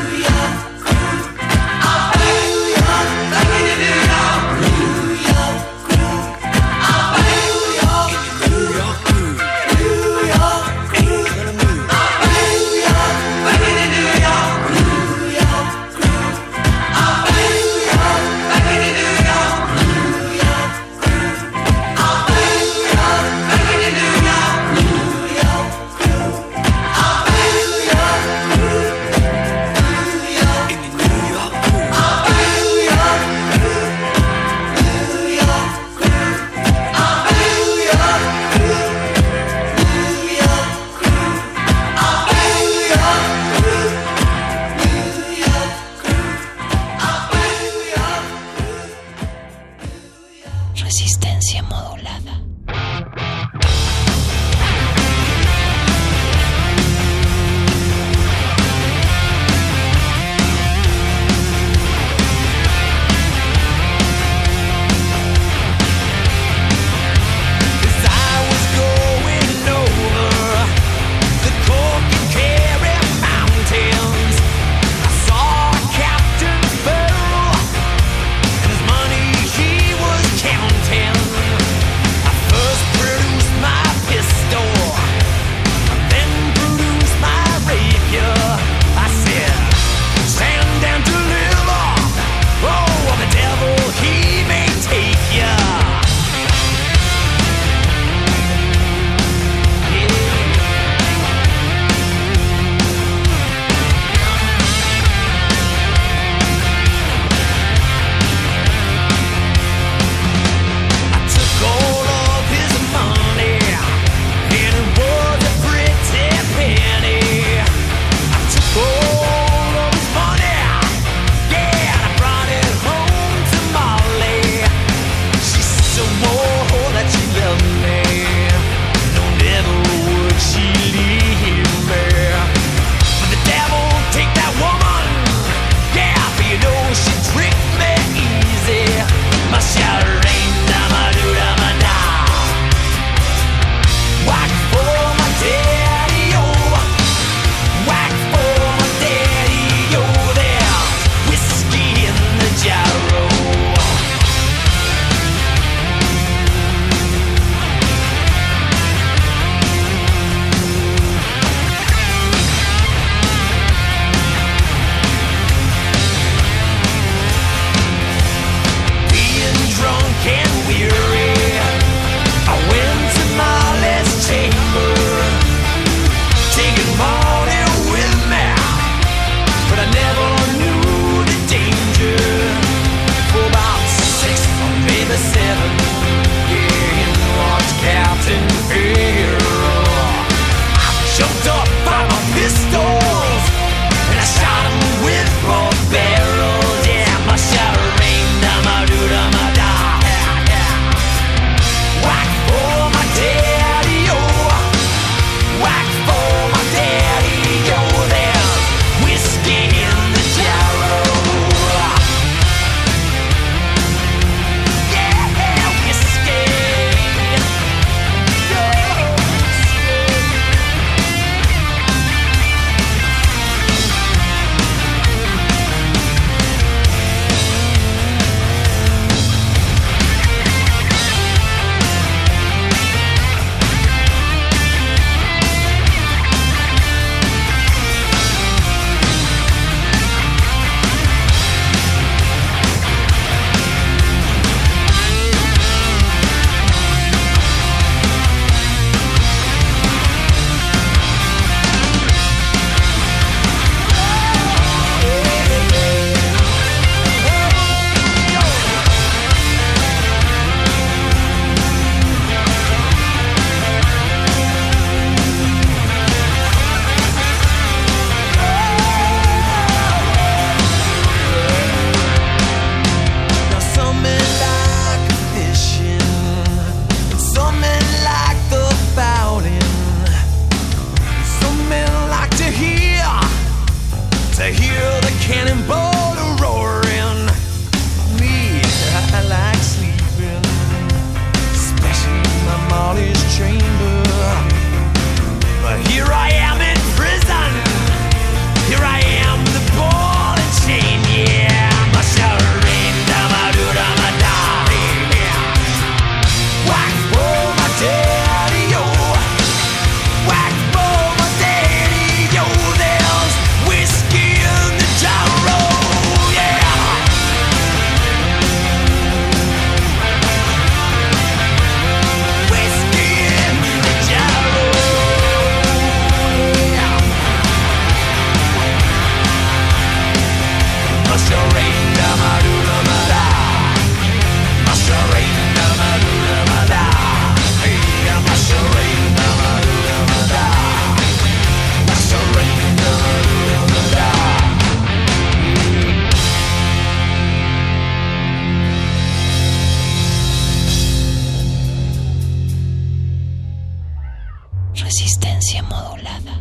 Resistencia modulada.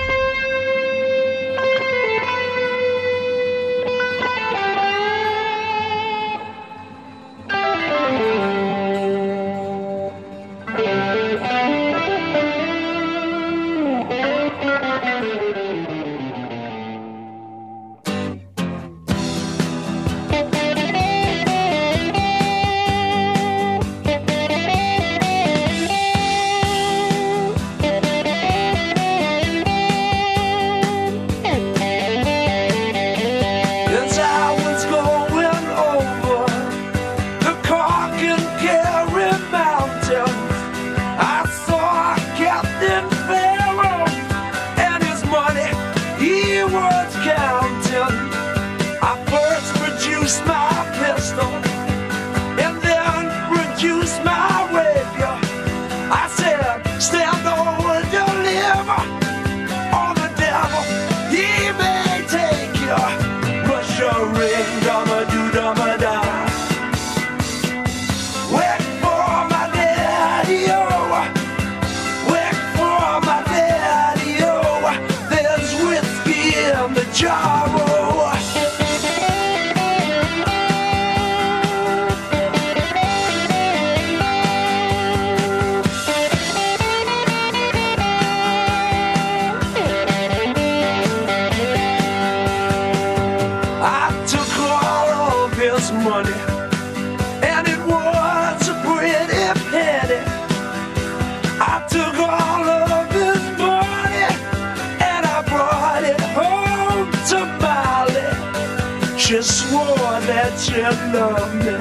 You love me,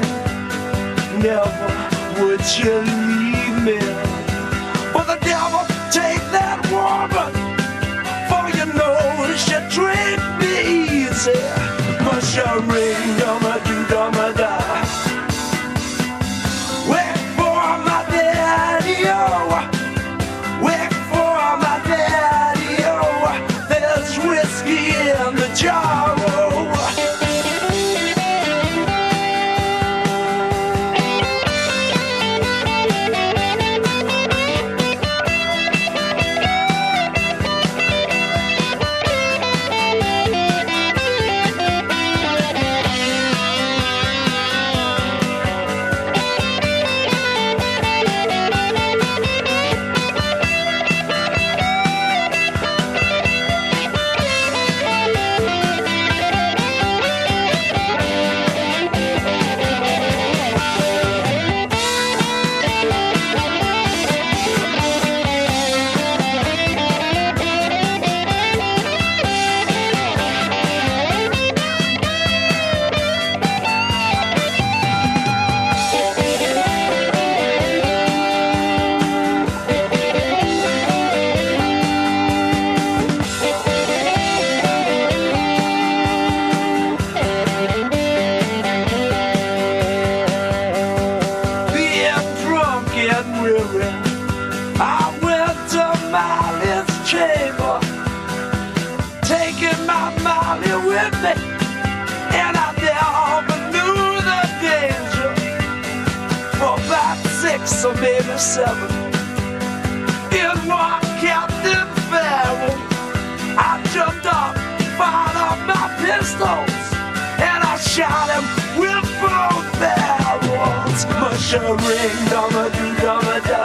never would you leave me. But the devil take that woman, for you know she treat me easy. Must you ring, dumma do, dumma da. Wait for my daddy, oh. Wait for my daddy, oh. There's whiskey in the jar, oh. So maybe seven. In one Captain Farrell, I jumped up, fired up my pistols, and I shot him with both barrels. Mush a ring, dumma do, dumma da.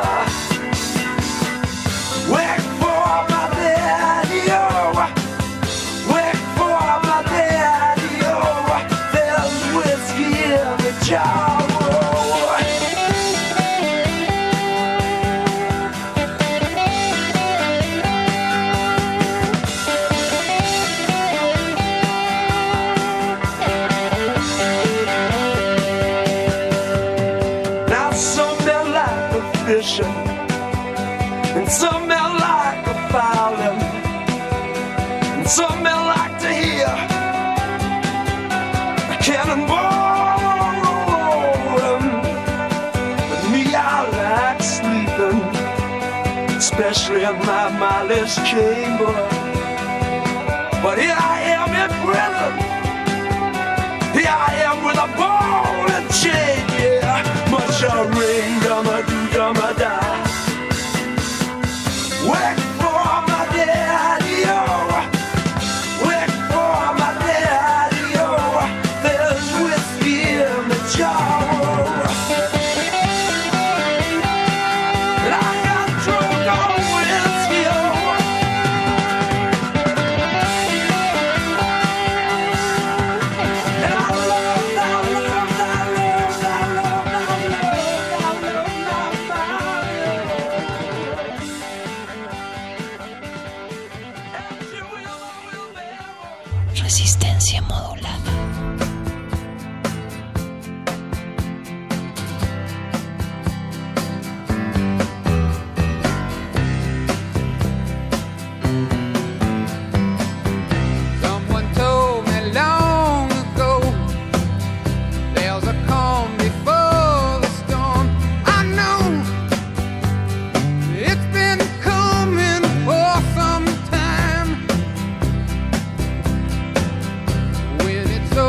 Wait for my daddy, oh. Wait for my daddy, oh. There's whiskey in the jar, oh. And some men like the fowling, and some men like to hear a cannonball rolling. But me, I like sleeping, especially in my mindless chamber. But here I am in prison, here I am with a ball and chain, yeah. Much a ring, dumma do, dumma die. Wait for Resistencia modulada. Someone told me long ago there's a calm before the storm. I know it's been coming for some time. When it's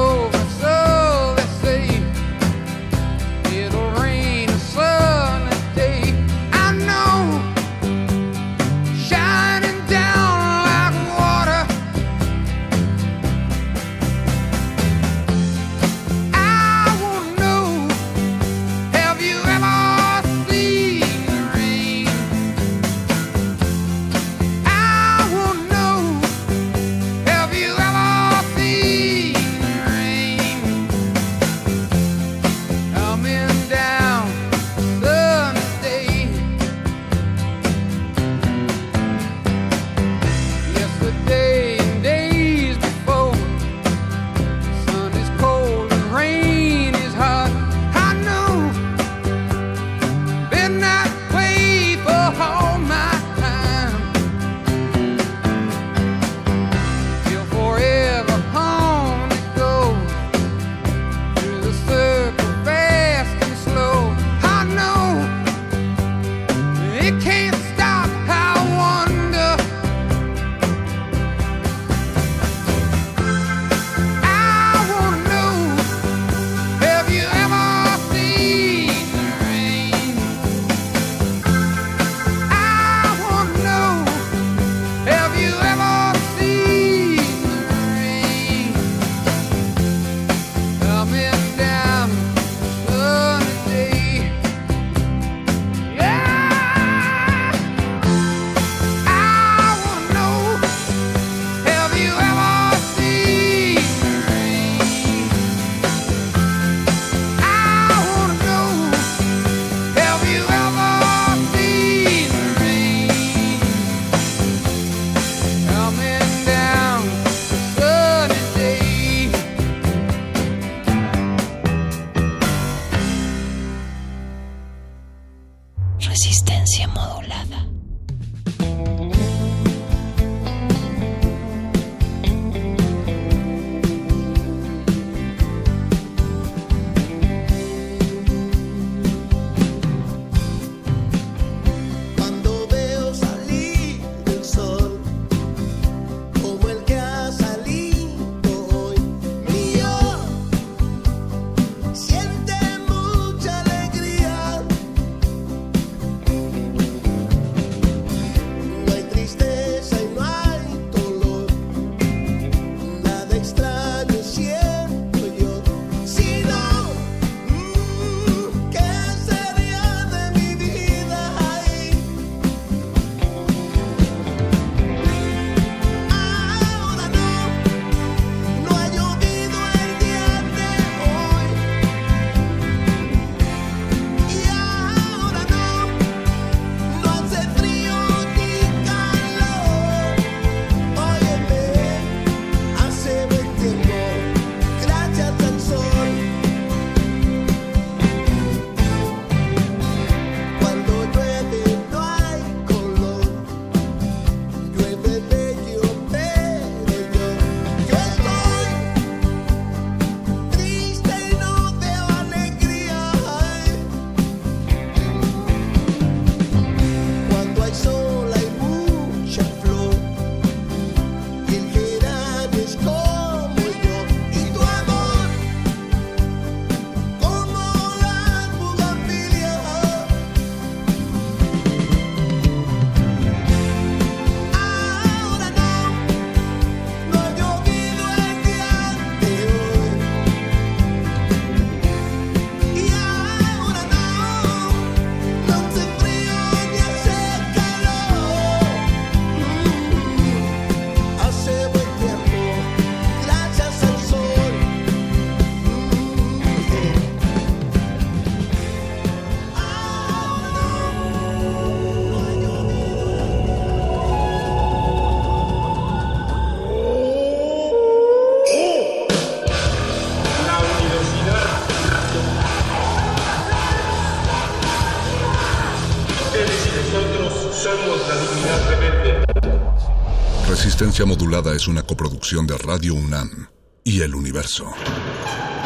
Resistencia Modulada es una coproducción de Radio UNAM y El Universo.